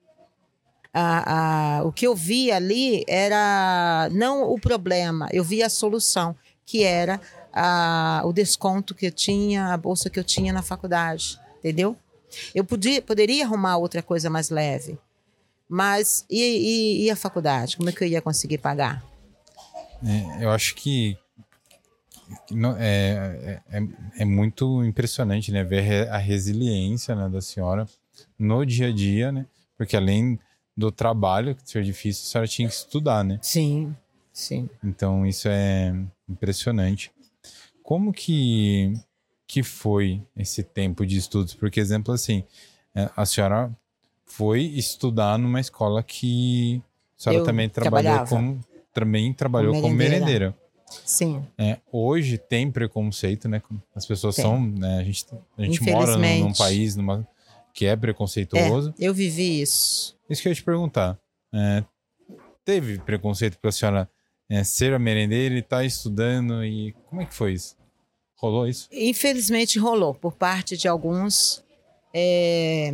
a, a, o que eu via ali era não o problema, eu via a solução, que era a, o desconto que eu tinha, a bolsa que eu tinha na faculdade, entendeu? Eu podia, poderia arrumar outra coisa mais leve, mas e, e, e a faculdade? Como é que eu ia conseguir pagar? É, eu acho que não, é, é, é muito impressionante, né, ver a resiliência, né, da senhora no dia a dia, né? Porque além do trabalho, que ser difícil, a senhora tinha que estudar, né? Sim, sim. Então isso é impressionante. Como que... que foi esse tempo de estudos? Porque, exemplo assim, a senhora foi estudar numa escola que a senhora eu também trabalhou como também trabalhou como merendeira. merendeira. Sim. É, hoje tem preconceito, né? As pessoas tem. são, né? A gente, a gente mora num, num país numa, que é preconceituoso. É, eu vivi isso. Isso que eu ia te perguntar. É, teve preconceito para a senhora é, ser a merendeira e estar tá estudando, e como é que foi isso? Rolou isso? Infelizmente rolou, por parte de alguns. É,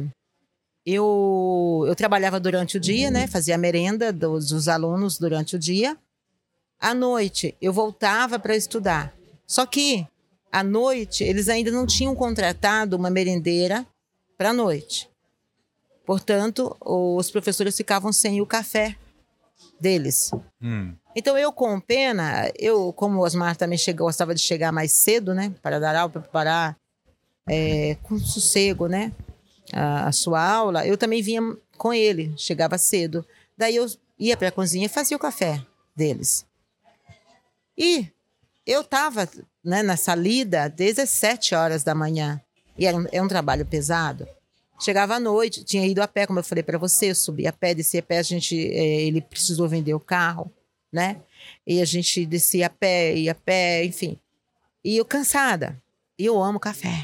eu, eu trabalhava durante o dia, né? Fazia a merenda dos, dos alunos durante o dia. À noite, eu voltava para estudar. Só que, à noite, eles ainda não tinham contratado uma merendeira para a noite. Portanto, os professores ficavam sem o café deles. Hum. Então, eu com pena, eu, como o Osmar também chegou, gostava de chegar mais cedo, né? Para dar aula, para preparar é, com sossego, né? A, a sua aula, eu também vinha com ele, chegava cedo. Daí eu ia para a cozinha e fazia o café deles. E eu estava, né, nessa lida desde as sete horas da manhã. E era um, é um trabalho pesado. Chegava à noite, tinha ido a pé, como eu falei para você, eu subi a pé, desci a pé, a gente, é, ele precisou vender o carro, né? E a gente descia a pé, ia a pé, enfim. E eu cansada. E eu amo café.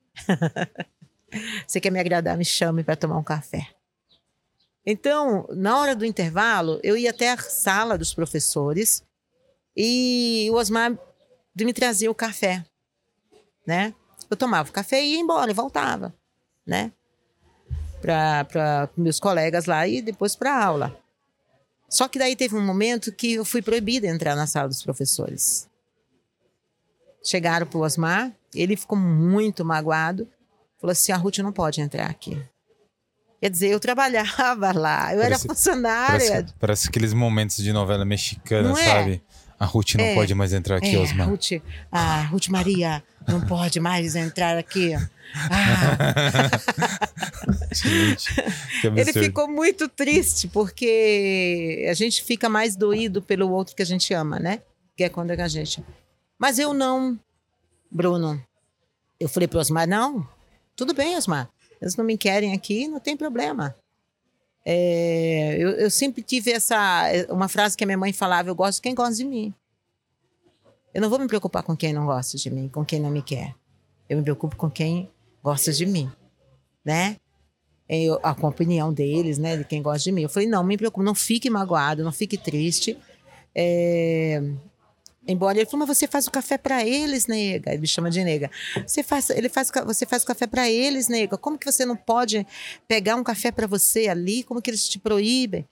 Você quer me agradar, me chame para tomar um café. Então, na hora do intervalo, eu ia até a sala dos professores e o Osmar me trazia o café, né? Eu tomava o café e ia embora, e voltava, né? Para meus colegas lá e depois para a aula. Só que daí teve um momento que eu fui proibida de entrar na sala dos professores. Chegaram para o Osmar, ele ficou muito magoado, falou assim, a Ruth não pode entrar aqui. Quer dizer, eu trabalhava lá, eu parece, era funcionária. Parece, parece aqueles momentos de novela mexicana, não sabe? É? A Ruth não é, pode mais entrar aqui, é, Osmar. Ruth, a Ruth Maria não pode mais entrar aqui. Ah. Gente, que absurdo. Ele ficou muito triste, porque a gente fica mais doído pelo outro que a gente ama, né? Que é quando é a gente... Mas eu não, Bruno. Eu falei para o Osmar, não, tudo bem, Osmar. Eles não me querem aqui, não tem problema. É, eu, eu sempre tive essa... Uma frase que a minha mãe falava, eu gosto de quem gosta de mim. Eu não vou me preocupar com quem não gosta de mim, com quem não me quer. Eu me preocupo com quem gosta de mim, né? Eu, com a opinião deles, né? De quem gosta de mim. Eu falei, não, me preocupe, não fique magoado, não fique triste. É... Embora ele falou, mas você faz o café para eles, nega. Ele me chama de nega. Você faz, ele faz, você faz o café para eles, nega. Como que você não pode pegar um café para você ali? Como que eles te proíbem?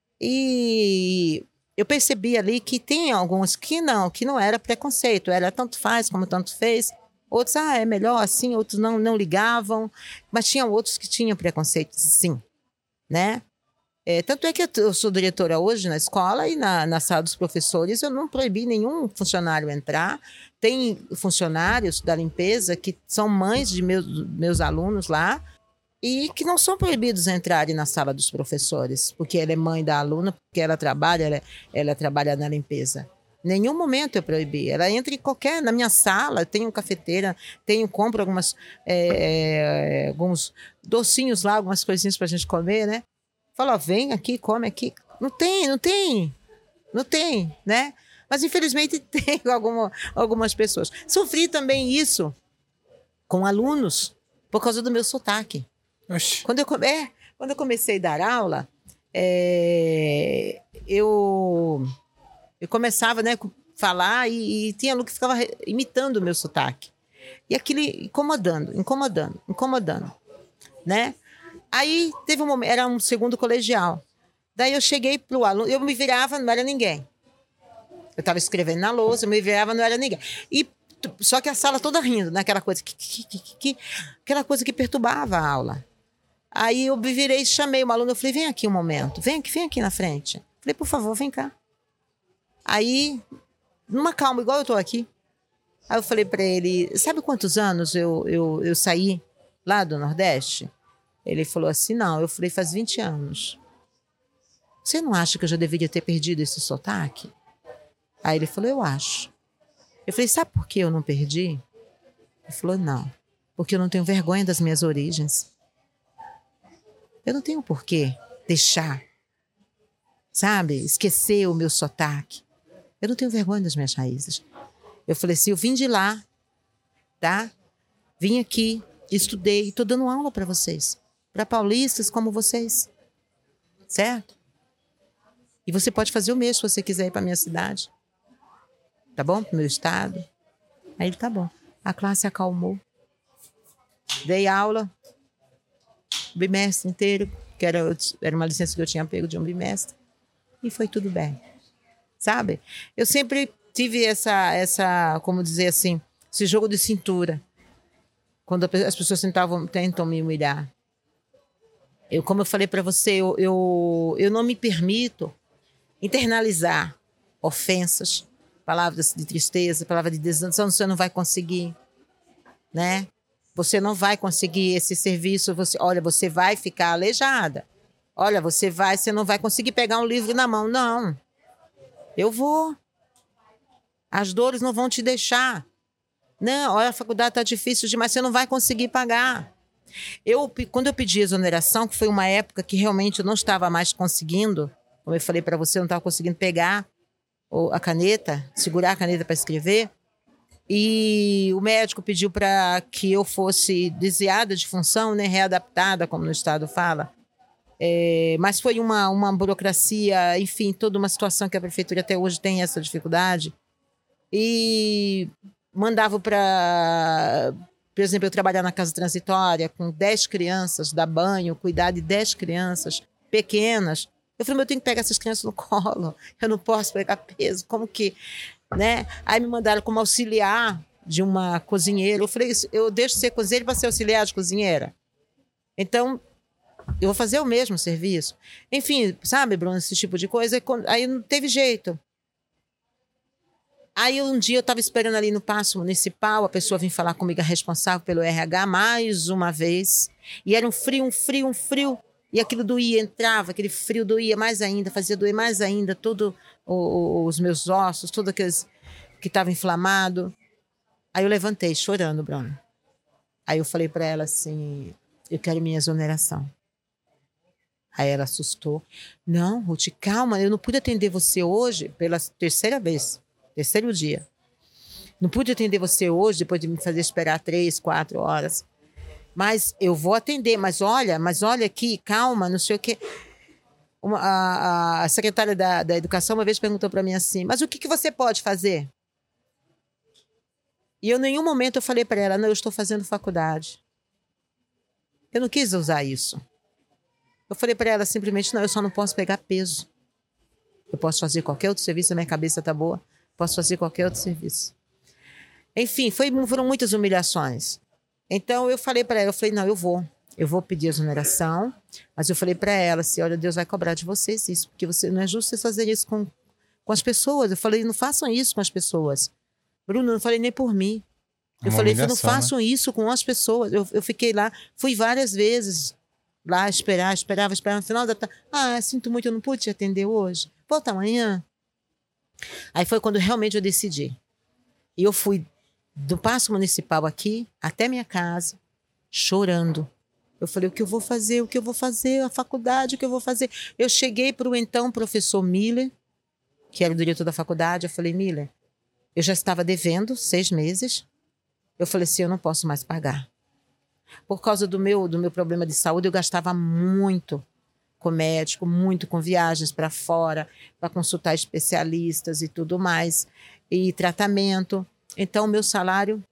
E eu percebi ali que tem alguns que não, que não era preconceito. Era tanto faz como tanto fez. Outros, ah, é melhor assim. Outros não, não ligavam. Mas tinha outros que tinham preconceito, sim. Né? É, tanto é que eu sou diretora hoje na escola e na, na sala dos professores eu não proibi nenhum funcionário entrar. Tem funcionários da limpeza que são mães de meus, meus alunos lá e que não são proibidos de entrarem na sala dos professores, porque ela é mãe da aluna, porque ela trabalha, ela, ela trabalha na limpeza. Nenhum momento eu proibi. Ela entra em qualquer... Na minha sala, tenho cafeteira, tenho, compro algumas, é, alguns docinhos lá, algumas coisinhas pra gente comer, né? Fala, vem aqui, come aqui. Não tem, não tem. Não tem, né? Mas, infelizmente, tem alguma, algumas pessoas. Sofri também isso com alunos por causa do meu sotaque. Oxi. Quando eu, é, quando eu comecei a dar aula, é, eu, eu começava, né, a falar e, e tinha aluno que ficava imitando o meu sotaque. E aquilo incomodando, incomodando, incomodando, né? Aí teve um momento, era um segundo colegial. Daí eu cheguei pro aluno, eu me virava, não era ninguém. Eu estava escrevendo na lousa, eu me virava, não era ninguém. E, só que a sala toda rindo, né? Aquela coisa que, que, que, que, aquela coisa que perturbava a aula. Aí eu me virei e chamei o aluno, eu falei, vem aqui um momento, vem aqui, vem aqui na frente. Falei, por favor, vem cá. Aí, numa calma, igual eu tô aqui. Aí eu falei para ele, sabe quantos anos eu, eu, eu saí lá do Nordeste? Ele falou assim, não. Eu falei, faz vinte anos. Você não acha que eu já deveria ter perdido esse sotaque? Aí ele falou, eu acho. Eu falei, sabe por que eu não perdi? Ele falou, não. Porque eu não tenho vergonha das minhas origens. Eu não tenho por que deixar, sabe, esquecer o meu sotaque. Eu não tenho vergonha das minhas raízes. Eu falei assim, eu vim de lá, tá? Vim aqui, estudei, estou dando aula para vocês. Para paulistas como vocês, certo? E você pode fazer o mesmo se você quiser ir para minha cidade, tá bom? Para o meu estado. Aí ele, tá bom. A classe acalmou. Dei aula, o bimestre inteiro, que era, era uma licença que eu tinha pego de um bimestre, e foi tudo bem, sabe? Eu sempre tive essa, essa, como dizer assim, esse jogo de cintura, quando as pessoas tentavam, tentam me humilhar. Eu, como eu falei para você, eu, eu, eu não me permito internalizar ofensas, palavras de tristeza, palavras de desanimação, você não vai conseguir, né? Você não vai conseguir esse serviço, você, olha, você vai ficar aleijada. Olha, você vai, você não vai conseguir pegar um livro na mão. Não, eu vou. As dores não vão te deixar. Não, olha, a faculdade está difícil demais, você não vai conseguir pagar. Eu, quando eu pedi exoneração, que foi uma época que realmente eu não estava mais conseguindo, como eu falei para você, eu não estava conseguindo pegar a caneta, segurar a caneta para escrever, e o médico pediu para que eu fosse desviada de função, né, readaptada, como no Estado fala. É, mas foi uma, uma burocracia, enfim, toda uma situação que a prefeitura até hoje tem essa dificuldade. E mandava para, por exemplo, eu trabalhar na casa transitória com dez crianças, dar banho, cuidar de dez crianças pequenas. Eu falei, eu tenho que pegar essas crianças no colo, eu não posso pegar peso, como que, né? Aí me mandaram como auxiliar de uma cozinheira. Eu falei, eu deixo de ser cozinheira para ser auxiliar de cozinheira. Então, eu vou fazer o mesmo serviço. Enfim, sabe, Bruno, esse tipo de coisa. Aí não teve jeito. Aí um dia eu estava esperando ali no Paço Municipal, a pessoa vinha falar comigo, a responsável pelo R H, mais uma vez. E era um frio, um frio, um frio. E aquilo doía, entrava, aquele frio doía mais ainda, fazia doer mais ainda, todos os meus ossos, tudo aqueles que estavam inflamados. Aí eu levantei, chorando, Bruno. Aí eu falei para ela assim, eu quero minha exoneração. Aí ela assustou. Não, Ruth, calma, eu não pude atender você hoje pela terceira vez, terceiro dia. Não pude atender você hoje, depois de me fazer esperar três, quatro horas. Mas eu vou atender, mas olha, mas olha aqui, calma, não sei o quê. Uma, a, a secretária da, da Educação uma vez perguntou para mim assim, mas o que, que você pode fazer? E eu, em nenhum momento, eu falei para ela, não, eu estou fazendo faculdade. Eu não quis usar isso. Eu falei para ela simplesmente, não, eu só não posso pegar peso. Eu posso fazer qualquer outro serviço, a minha cabeça está boa, posso fazer qualquer outro serviço. Enfim, foi, foram muitas humilhações. Então eu falei para ela, eu falei, não, eu vou, eu vou pedir exoneração, mas eu falei para ela assim, olha, Deus vai cobrar de vocês isso, porque você, não é justo vocês fazerem isso com, com as pessoas. Eu falei, não façam isso com as pessoas. Bruno, eu não falei nem por mim. Eu Uma falei, não humilhação, façam né? isso com as pessoas. Eu, eu fiquei lá, fui várias vezes lá esperar, esperava, esperava, no final da tarde, ah, sinto muito, eu não pude te atender hoje, volta amanhã. Aí foi quando realmente eu decidi. E eu fui do Paço Municipal aqui até minha casa, chorando. Eu falei, o que eu vou fazer? O que eu vou fazer? A faculdade, o que eu vou fazer? Eu cheguei para o então professor Miller, que era o diretor da faculdade, eu falei, Miller, eu já estava devendo seis meses. Eu falei assim, eu não posso mais pagar. Por causa do meu, do meu problema de saúde, eu gastava muito com médico, muito com viagens para fora, para consultar especialistas e tudo mais, e tratamento. Então, o meu salário,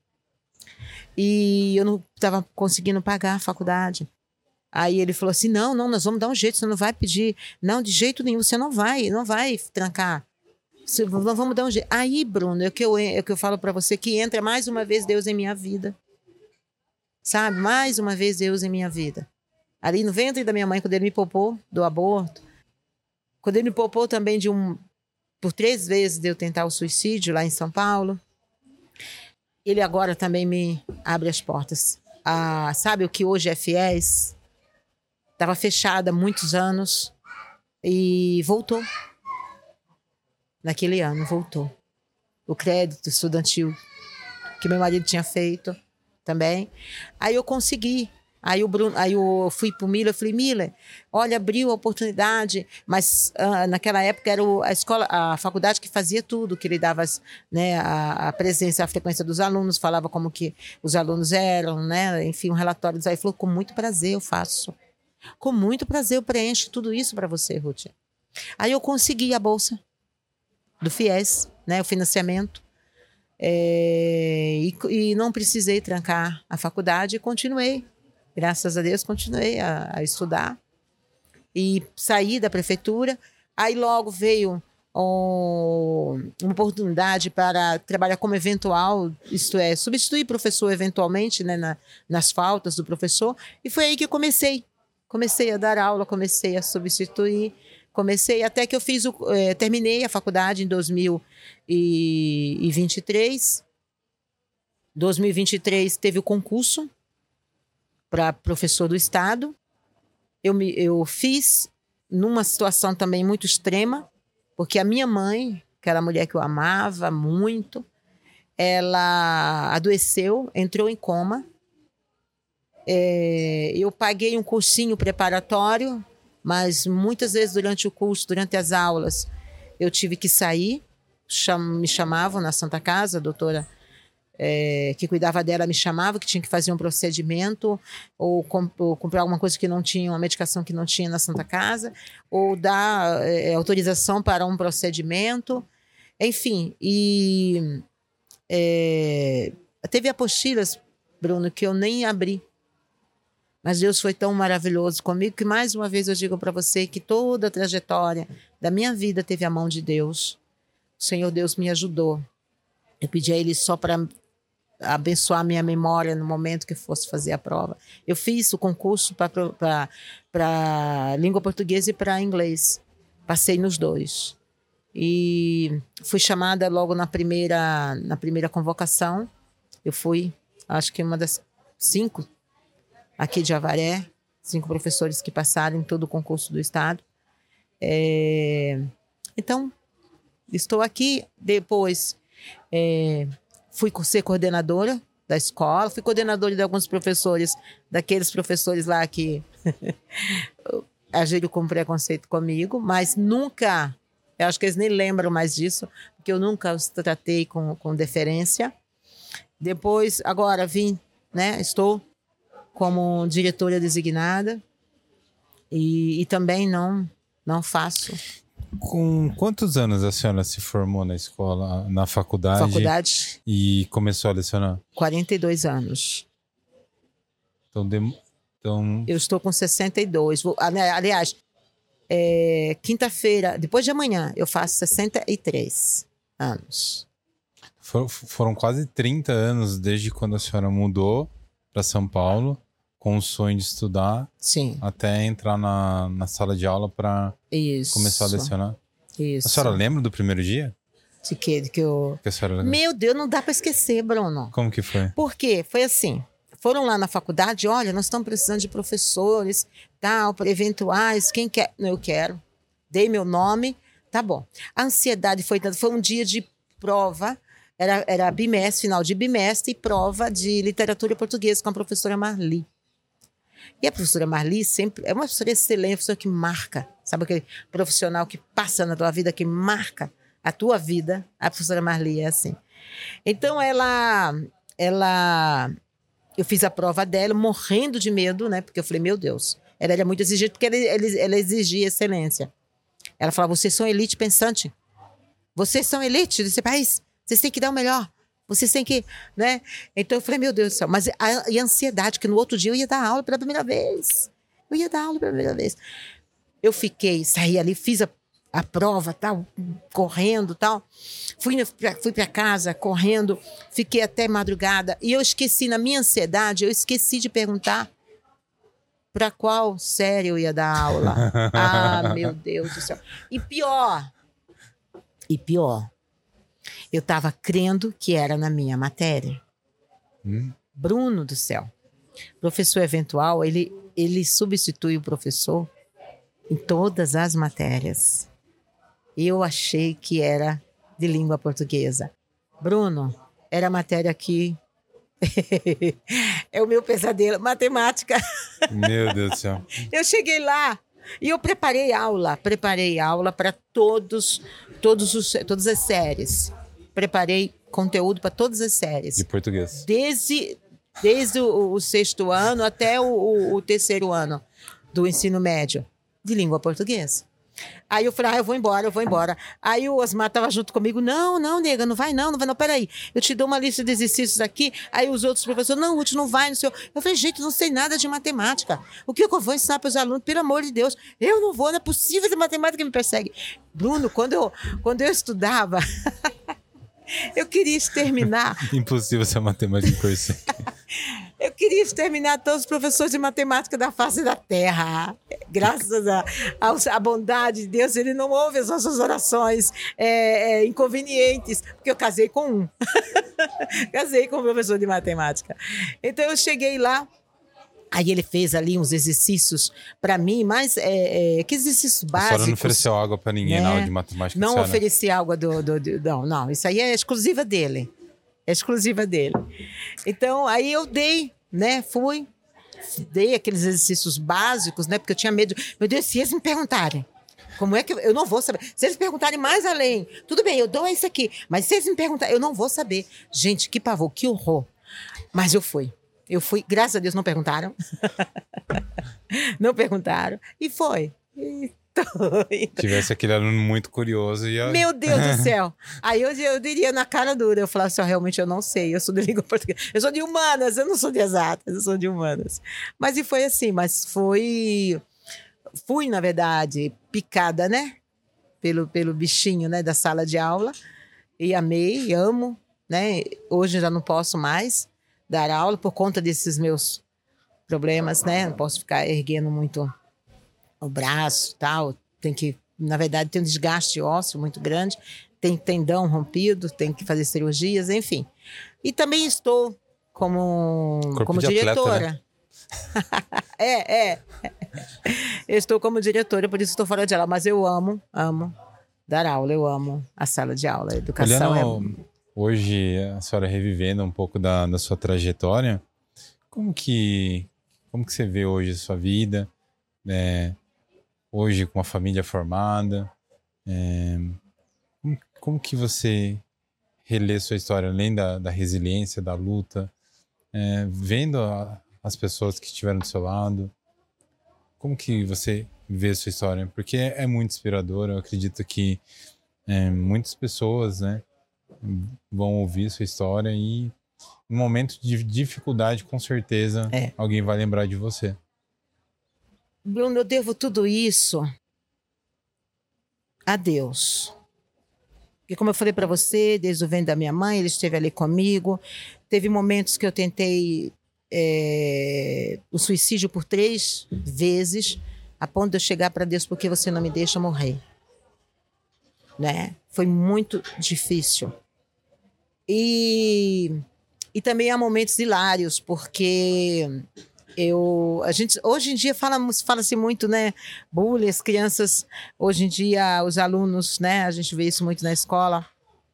e eu não estava conseguindo pagar a faculdade. Aí ele falou assim, não, não, nós vamos dar um jeito, você não vai pedir. Não, de jeito nenhum, você não vai, não vai trancar. Você, vamos dar um jeito. Aí, Bruno, é o que eu, é o que eu falo para você, que entra mais uma vez Deus em minha vida. Sabe? Mais uma vez Deus em minha vida. Ali no ventre da minha mãe, quando ele me poupou do aborto, quando ele me poupou também de um... Por três vezes de eu tentar o suicídio lá em São Paulo, ele agora também me abre as portas. Ah, sabe o que hoje é FIES? Estava fechada há muitos anos e voltou. Naquele ano, voltou. O crédito estudantil que meu marido tinha feito também. Aí eu consegui. Aí, o Bruno, aí eu fui para o Miller, eu falei, Miller, olha, abriu a oportunidade, mas uh, naquela época era o, a escola, a faculdade que fazia tudo, que ele dava as, né, a, a presença, a frequência dos alunos, falava como que os alunos eram, né, enfim, um relatório. Aí ele falou, com muito prazer eu faço. Com muito prazer eu preencho tudo isso para você, Ruth. Aí eu consegui a bolsa do FIES, né, o financiamento, é, e, e não precisei trancar a faculdade e continuei. Graças a Deus, continuei a, a estudar e saí da prefeitura. Aí logo veio um, uma oportunidade para trabalhar como eventual, isto é, substituir professor eventualmente, né, na, nas faltas do professor. E foi aí que eu comecei. Comecei a dar aula, comecei a substituir, comecei até que eu fiz o, eh, terminei a faculdade em dois mil e vinte e três. dois mil e vinte e três teve o concurso para professor do estado. Eu, me, eu fiz numa situação também muito extrema, porque a minha mãe, que era a mulher que eu amava muito, ela adoeceu, entrou em coma. É, eu paguei um cursinho preparatório, mas muitas vezes durante o curso, durante as aulas, eu tive que sair. Cham, me chamavam na Santa Casa, a doutora é, que cuidava dela me chamava, que tinha que fazer um procedimento, ou, comp, ou comprar alguma coisa que não tinha, uma medicação que não tinha na Santa Casa, ou dar é, autorização para um procedimento, enfim. E é, teve apostilas, Bruno, que eu nem abri. Mas Deus foi tão maravilhoso comigo que, mais uma vez, eu digo para você que toda a trajetória da minha vida teve a mão de Deus. O Senhor Deus me ajudou. Eu pedi a Ele só para abençoar a minha memória no momento que fosse fazer a prova. Eu fiz o concurso para língua portuguesa e para inglês. Passei nos dois. E fui chamada logo na primeira, na primeira convocação. Eu fui, acho que uma das cinco aqui de Avaré, cinco professores que passaram em todo o concurso do estado. É, então, estou aqui. Depois é, fui ser coordenadora da escola, fui coordenadora de alguns professores, daqueles professores lá que agiram com preconceito comigo, mas nunca, eu acho que eles nem lembram mais disso, porque eu nunca os tratei com, com deferência. Depois, agora vim, né, estou como diretora designada e, e também não, não faço. Com quantos anos a senhora se formou na escola, na faculdade? Faculdade. E começou a lecionar? quarenta e dois anos. Então, de, então... Eu estou com sessenta e dois. Vou, aliás, é, quinta-feira, depois de amanhã, eu faço sessenta e três anos. For, foram quase trinta anos desde quando a senhora mudou para São Paulo, com o sonho de estudar. Sim. Até entrar na, na sala de aula para começar a lecionar. Isso. A senhora lembra do primeiro dia? De que, de que eu... Que a senhora lembra? Meu Deus, não dá para esquecer, Bruno. Como que foi? Por quê? Foi assim. Foram lá na faculdade, olha, nós estamos precisando de professores, tal, para eventuais, quem quer? Eu quero. Dei meu nome, tá bom. A ansiedade foi tanto, foi um dia de prova, era, era bimestre, final de bimestre, e prova de literatura portuguesa com a professora Marli. E a professora Marli sempre é uma professora excelente, uma professora que marca, sabe aquele profissional que passa na tua vida, que marca a tua vida. A professora Marli é assim. Então, ela, ela, eu fiz a prova dela, morrendo de medo, né? Porque eu falei, meu Deus, ela era muito exigente, porque ela, ela, ela exigia excelência. Ela falava, vocês são elite pensante. Vocês são elite desse país. Vocês têm que dar o melhor. Vocês têm que, né? Então eu falei, meu Deus do céu. Mas a, e a ansiedade, que no outro dia eu ia dar aula pela primeira vez. Eu ia dar aula pela primeira vez. Eu fiquei, saí ali, fiz a, a prova, tal, correndo, tal. Fui, fui para casa, correndo. Fiquei até madrugada. E eu esqueci, na minha ansiedade, eu esqueci de perguntar para qual série eu ia dar aula. Ah, meu Deus do céu. E pior, e pior, eu estava crendo que era na minha matéria. Hum? Bruno do céu. Professor eventual, ele, ele substitui o professor em todas as matérias. Eu achei que era de língua portuguesa. Bruno, era a matéria que... é o meu pesadelo. Matemática. Meu Deus do céu. Eu cheguei lá e eu preparei aula. Preparei aula para todos, todos os, todas as séries. Preparei conteúdo para todas as séries. De português. Desde, desde o, o sexto ano até o, o, o terceiro ano do ensino médio, de língua portuguesa. Aí eu falei, ah, eu vou embora, eu vou embora. Aí o Osmar estava junto comigo, não, não, nega, não vai não, não vai não, peraí. Eu te dou uma lista de exercícios aqui. Aí os outros professores, não, Ruth, não vai, não sei. Eu falei, gente, não sei nada de matemática. O que eu vou ensinar para os alunos? Pelo amor de Deus, eu não vou, não é possível que matemática me persegue. Bruno, quando eu, quando eu estudava... Eu queria exterminar. Impossível ser matemática em curso. Eu queria exterminar todos os professores de matemática da face da terra. Graças à bondade de Deus, ele não ouve as nossas orações é, é, inconvenientes, porque eu casei com um. Casei com um professor de matemática. Então eu cheguei lá, aí ele fez ali uns exercícios para mim, mas é, é, que exercícios básicos. A senhora não ofereceu água para ninguém, né? Na aula de matemática? Não ofereci água do, do, do... Não, não, isso aí é exclusiva dele. É exclusiva dele. Então, aí eu dei, né? Fui, dei aqueles exercícios básicos, né? Porque eu tinha medo. Meu Deus, se eles me perguntarem, como é que eu, eu não vou saber? Se eles perguntarem mais além, tudo bem, eu dou isso aqui. Mas se eles me perguntarem, eu não vou saber. Gente, que pavor, que horror. Mas eu fui. Eu fui, graças a Deus, não perguntaram. Não perguntaram. E foi. E Se tivesse aquele aluno muito curioso ia... Meu Deus do céu. Aí eu, eu diria na cara dura, eu falava assim, oh, realmente eu não sei, eu sou de língua portuguesa, eu sou de humanas, eu não sou de exatas, eu sou de humanas. Mas e foi assim, mas foi... Fui, na verdade, picada, né? Pelo, pelo bichinho, né? Da sala de aula. E amei, amo, né? Hoje eu já não posso mais dar aula por conta desses meus problemas, né? Não posso ficar erguendo muito o braço, tal, tem que, na verdade, tem um desgaste ósseo muito grande, tem tendão rompido, tem que fazer cirurgias, enfim. E também estou como, como diretora. Atleta, né? é, é. Eu estou como diretora, por isso estou fora de aula, mas eu amo, amo dar aula, eu amo a sala de aula, a educação. Olhando é... hoje, a senhora revivendo um pouco da, da sua trajetória, como que, como que você vê hoje a sua vida, né? Hoje com uma família formada, é, como, como que você relê sua história, além da, da resiliência, da luta, é, vendo a, as pessoas que estiveram do seu lado, como que você vê sua história? Porque é, é muito inspirador, eu acredito que é, muitas pessoas, né, vão ouvir sua história e em um momento de dificuldade, com certeza, é. alguém vai lembrar de você. Bruno, eu devo tudo isso a Deus. Porque como eu falei para você, desde o ventre da minha mãe, ele esteve ali comigo. Teve momentos que eu tentei é, o suicídio por três vezes, a ponto de eu chegar para Deus, porque você não me deixa morrer. Né? Foi muito difícil. E, e também há momentos hilários, porque... Eu, a gente, hoje em dia fala, fala-se muito, né, bullying, as crianças, hoje em dia os alunos, né, a gente vê isso muito na escola,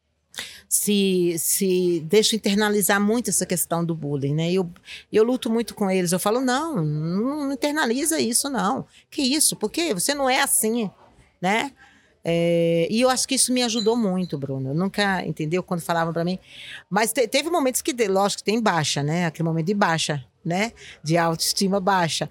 se, se deixam internalizar muito essa questão do bullying, né, eu, eu luto muito com eles, eu falo, não, não internaliza isso não, que isso, porque você não é assim, né, é, e eu acho que isso me ajudou muito, Bruno, eu nunca, entendeu, quando falavam para mim, mas te, teve momentos que, lógico, que tem baixa, né, aquele momento de baixa, né? De autoestima baixa.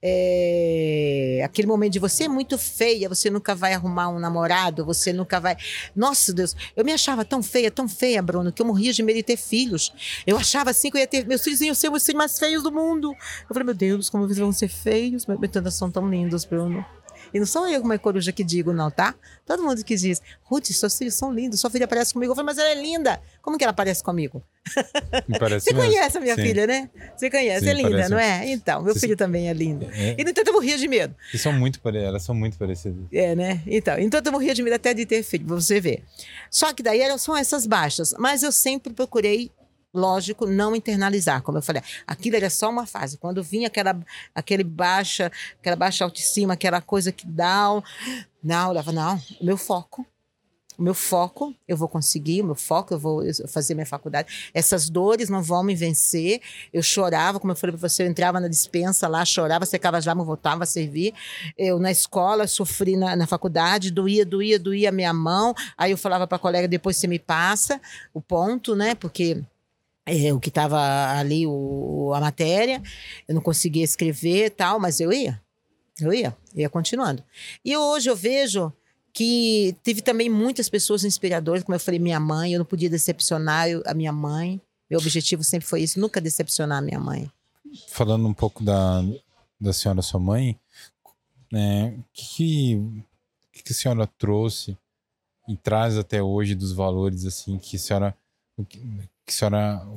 É... Aquele momento de você é muito feia, você nunca vai arrumar um namorado, você nunca vai... Nossa, Deus, eu me achava tão feia, tão feia, Bruno, que eu morria de medo de ter filhos. Eu achava assim que eu ia ter... Meus filhos iam ser os filhos mais feios do mundo. Eu falei, meu Deus, como eles vão ser feios? Mas todas são tão lindos, Bruno. E não sou eu, uma coruja, que digo, não, tá? Todo mundo que diz, Ruth, seus filhos são lindos, sua filha parece comigo. Eu falei, mas ela é linda. Como que ela parece comigo? Parece Você mesmo. Conhece a minha Sim. filha, né? Você conhece, Sim, é linda, parece... não é? Então, meu Você... filho também é lindo. É. E no entanto eu morria de medo. E são muito pare... Elas são muito parecidas. É, né? Então, então eu morria de medo até de ter filho, pra você ver. Só que daí são essas baixas. Mas eu sempre procurei, lógico, não internalizar, como eu falei. Aquilo era só uma fase. Quando vinha aquela, aquele baixa, aquela baixa autoestima, aquela coisa que dá... Não, eu falava, não, o meu foco. O meu foco, eu vou conseguir, o meu foco, eu vou fazer minha faculdade. Essas dores não vão me vencer. Eu chorava, como eu falei para você, eu entrava na despensa lá, chorava, secava as lágrimas, voltava a servir. Eu, na escola, sofri na, na faculdade, doía, doía, doía a minha mão. Aí eu falava para a colega, depois você me passa o ponto, né? Porque... É, o que estava ali, o, a matéria, eu não conseguia escrever e tal, mas eu ia, eu ia, ia continuando. E hoje eu vejo que teve também muitas pessoas inspiradoras, como eu falei, minha mãe, eu não podia decepcionar a minha mãe, meu objetivo sempre foi isso, nunca decepcionar a minha mãe. Falando um pouco da, da senhora, sua mãe, né, o que, que, que a senhora trouxe e traz até hoje dos valores, assim, que a senhora... que a senhora,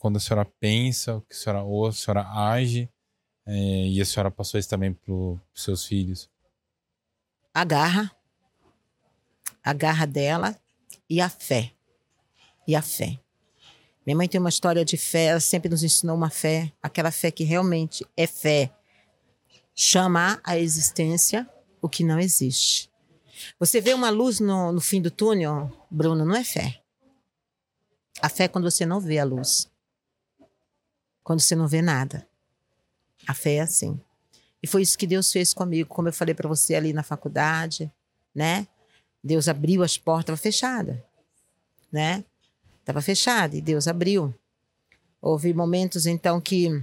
quando a senhora pensa, o que a senhora ouve, a senhora age, é, e a senhora passou isso também para os seus filhos? A garra, a garra dela e a fé. E a fé. Minha mãe tem uma história de fé, ela sempre nos ensinou uma fé, aquela fé que realmente é fé. Chamar à existência o que não existe. Você vê uma luz no, no fim do túnel, Bruno, não é fé. A fé é quando você não vê a luz. Quando você não vê nada. A fé é assim. E foi isso que Deus fez comigo, como eu falei para você ali na faculdade, né? Deus abriu as portas, estava fechada, né? Estava fechada e Deus abriu. Houve momentos, então, que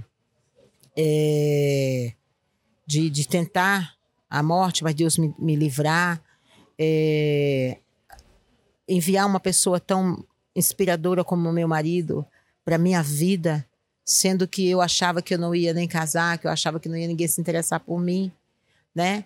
é, de, de tentar a morte, mas Deus me, me livrar. É, enviar uma pessoa tão inspiradora como o meu marido para minha vida, sendo que eu achava que eu não ia nem casar, que eu achava que não ia ninguém se interessar por mim, né?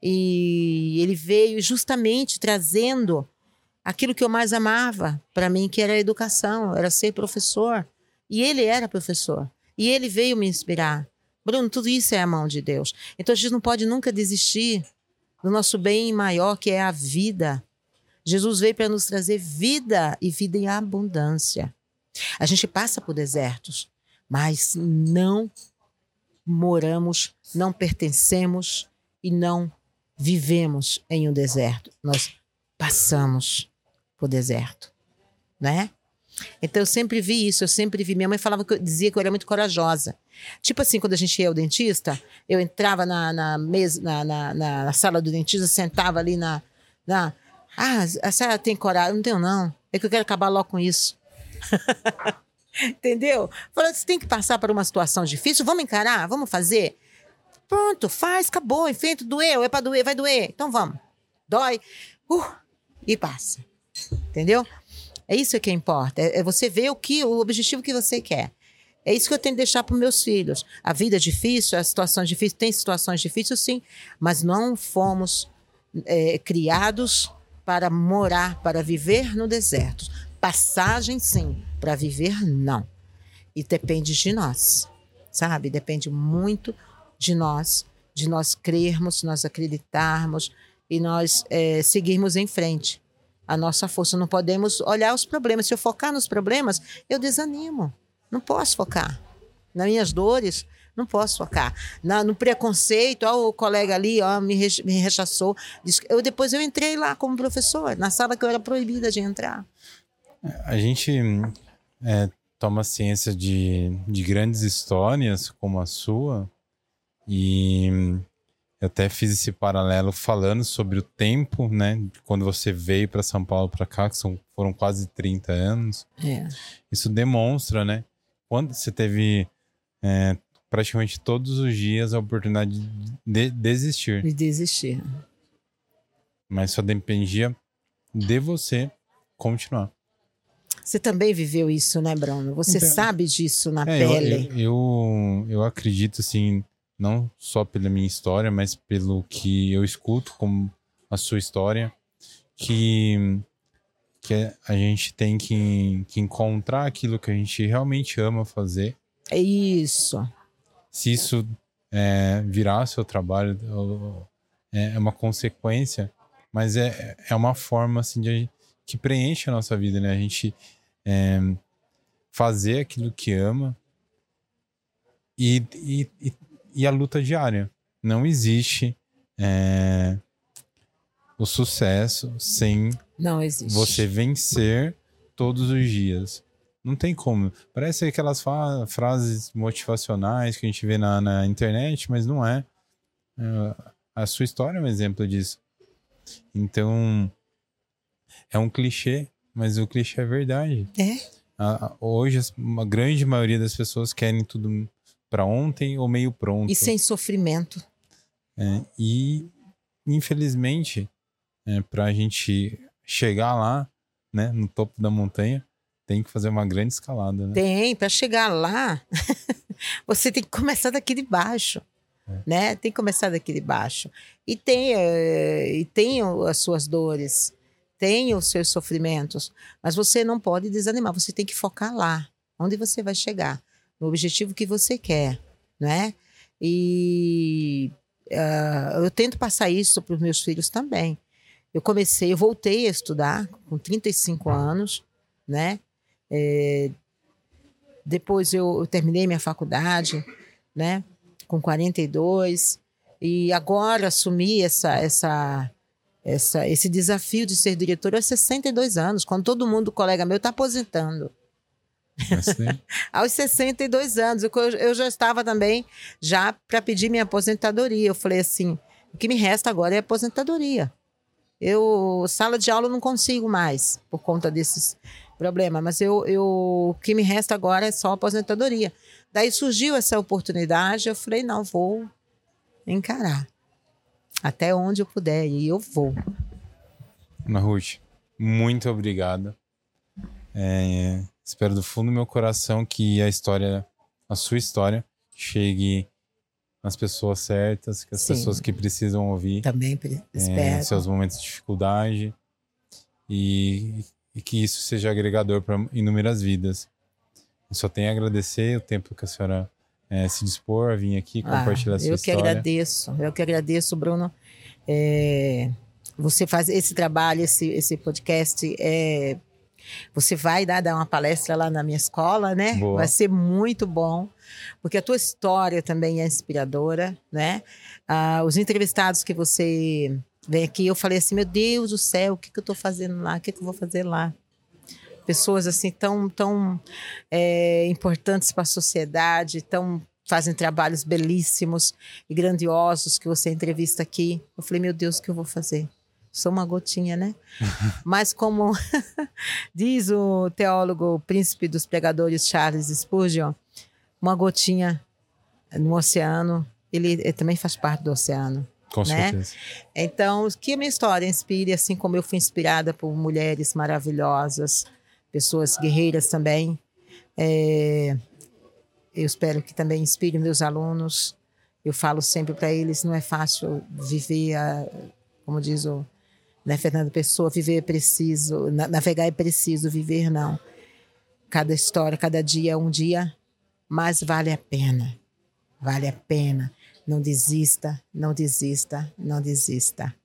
E ele veio justamente trazendo aquilo que eu mais amava para mim, que era a educação, era ser professor. E ele era professor. E ele veio me inspirar. Bruno, tudo isso é a mão de Deus. Então a gente não pode nunca desistir do nosso bem maior, que é a vida. Jesus veio para nos trazer vida e vida em abundância. A gente passa por desertos, mas não moramos, não pertencemos e não vivemos em um deserto. Nós passamos por deserto, né? Então eu sempre vi isso, eu sempre vi. Minha mãe falava que eu dizia que eu era muito corajosa. Tipo assim, quando a gente ia ao dentista, eu entrava na, na, mesa, na, na, na sala do dentista, sentava ali na... na ah, a senhora tem coragem? Eu não tenho, não. É que eu quero acabar logo com isso. Entendeu? Falando, você tem que passar por uma situação difícil, vamos encarar, vamos fazer. Pronto, faz, acabou, enfrenta, doeu, é pra doer, vai doer. Então vamos. Dói, uh, e passa. Entendeu? É isso que importa. É, é você ver o, que, o objetivo que você quer. É isso que eu tenho que deixar para os meus filhos. A vida é difícil, a situação é difícil, tem situações difíceis, sim, mas não fomos é, criados para morar, para viver no deserto. Passagem, sim, para viver, não. E depende de nós, sabe? Depende muito de nós, de nós crermos, nós acreditarmos e nós é, seguirmos em frente. A nossa força, não podemos olhar os problemas. Se eu focar nos problemas, eu desanimo. Não posso focar. Nas minhas dores, não posso focar. Na, no preconceito, ó, o colega ali ó, me, re, me rechaçou. Eu, depois eu entrei lá como professor, na sala que eu era proibida de entrar. A gente é, toma ciência de, de grandes histórias como a sua, e eu até fiz esse paralelo falando sobre o tempo, né? Quando você veio para São Paulo, para cá, que são, foram quase trinta anos. É. Isso demonstra, né? Quando você teve é, praticamente todos os dias a oportunidade de desistir. De desistir. Mas só dependia de você continuar. Você também viveu isso, né, Bruno? Você então, sabe disso na é, pele. Eu, eu, eu acredito, assim, não só pela minha história, mas pelo que eu escuto como a sua história, que, que a gente tem que, que encontrar aquilo que a gente realmente ama fazer. É isso. Se isso é, virar seu trabalho, é uma consequência, mas é, é uma forma, assim, de, que preenche a nossa vida, né? A gente é, fazer aquilo que ama e, e, e, e a luta diária. Não existe é, o sucesso sem Não existe. você vencer todos os dias. Não tem como. Parece aquelas fa- frases motivacionais que a gente vê na, na internet, mas não é. é. A sua história é um exemplo disso. Então, é um clichê, mas o clichê é verdade. É. A, a, hoje, a grande maioria das pessoas querem tudo para ontem ou meio pronto. E sem sofrimento. É, e, infelizmente, é, para a gente chegar lá, né, no topo da montanha, tem que fazer uma grande escalada, né? Tem, para chegar lá, você tem que começar daqui de baixo. É. Né? Tem que começar daqui de baixo. E tem, é, e tem as suas dores, tem os seus sofrimentos, mas você não pode desanimar, você tem que focar lá, onde você vai chegar, no objetivo que você quer, não é? E uh, eu tento passar isso para os meus filhos também. Eu comecei, eu voltei a estudar com trinta e cinco anos, né? É, depois eu, eu terminei minha faculdade, né? Com quarenta e dois, e agora assumi essa, essa, essa, esse desafio de ser diretora aos sessenta e dois anos, quando todo mundo, colega meu, está aposentando. Aos sessenta e dois anos, eu, eu já estava também já para pedir minha aposentadoria. Eu falei assim, o que me resta agora é aposentadoria. Eu, sala de aula eu não consigo mais, por conta desses problemas, mas eu, eu, o que me resta agora é só aposentadoria. Daí surgiu essa oportunidade, eu falei, não, vou encarar. Até onde eu puder, e eu vou. Ana Ruth, muito obrigado. É, espero do fundo do meu coração que a história, a sua história, chegue nas pessoas certas, que as Sim. pessoas que precisam ouvir. Também espero. É, seus momentos de dificuldade e, e que isso seja agregador para inúmeras vidas. Eu só tenho a agradecer o tempo que a senhora é, se dispor a vir aqui compartilhar ah, a sua eu história. Eu que agradeço, eu que agradeço, Bruno. É, você faz esse trabalho, esse, esse podcast, é, você vai dar, dar uma palestra lá na minha escola, né? Boa. Vai ser muito bom, porque a tua história também é inspiradora, né? Ah, os entrevistados que você vem aqui, eu falei assim, meu Deus do céu, o que, que eu estou fazendo lá? O que, que eu vou fazer lá? Pessoas assim tão, tão é, importantes para a sociedade, tão, fazem trabalhos belíssimos e grandiosos que você entrevista aqui. Eu falei, meu Deus, o que eu vou fazer? Sou uma gotinha, né? Mas como diz o teólogo, o príncipe dos pregadores Charles Spurgeon, uma gotinha no oceano, ele, ele também faz parte do oceano. Com né? certeza. Então, que a minha história inspire, assim como eu fui inspirada por mulheres maravilhosas, pessoas guerreiras também. É, eu espero que também inspire meus alunos. Eu falo sempre para eles, não é fácil viver, a, como diz o né, Fernando Pessoa, viver é preciso, navegar é preciso, viver não. Cada história, cada dia é um dia, mas vale a pena, vale a pena. Não desista, não desista, não desista.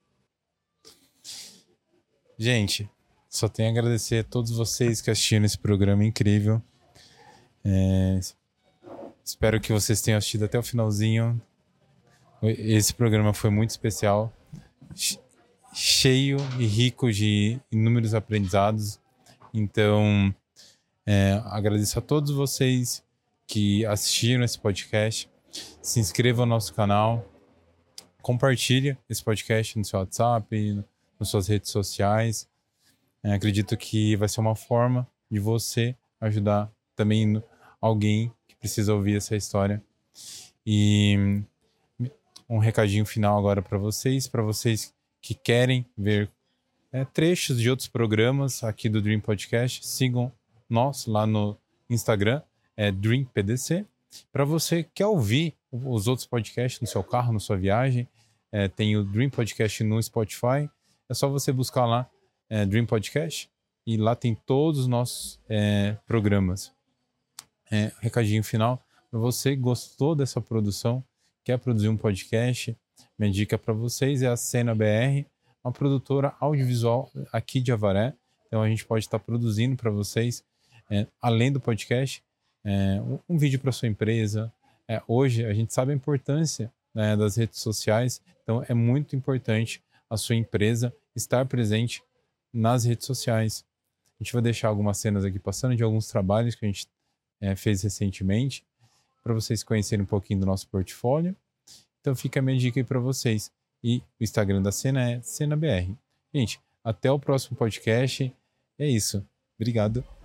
Gente, só tenho a agradecer a todos vocês que assistiram esse programa incrível. É, espero que vocês tenham assistido até o finalzinho. Esse programa foi muito especial, cheio e rico de inúmeros aprendizados. Então, é, agradeço a todos vocês que assistiram esse podcast. Se inscreva no nosso canal, compartilhe esse podcast no seu WhatsApp, nas suas redes sociais. É, acredito que vai ser uma forma de você ajudar também alguém que precisa ouvir essa história. E um recadinho final agora para vocês, para vocês que querem ver é, trechos de outros programas aqui do Dream Podcast, sigam nós lá no Instagram, é Dream P D C. Para você que quer ouvir os outros podcasts no seu carro, na sua viagem, é, tem o Dream Podcast no Spotify. É só você buscar lá é, Dream Podcast e lá tem todos os nossos é, programas. É, recadinho final, para você que gostou dessa produção, quer produzir um podcast, minha dica para vocês é a Cena B R, uma produtora audiovisual aqui de Avaré. Então a gente pode estar produzindo para vocês, é, além do podcast, É, um, um vídeo para sua empresa. É, hoje a gente sabe a importância, né, das redes sociais, então é muito importante a sua empresa estar presente nas redes sociais. A gente vai deixar algumas cenas aqui passando de alguns trabalhos que a gente é, fez recentemente para vocês conhecerem um pouquinho do nosso portfólio. Então fica a minha dica aí para vocês. E o Instagram da Cena é Cena B R. Gente, até o próximo podcast. É isso. Obrigado.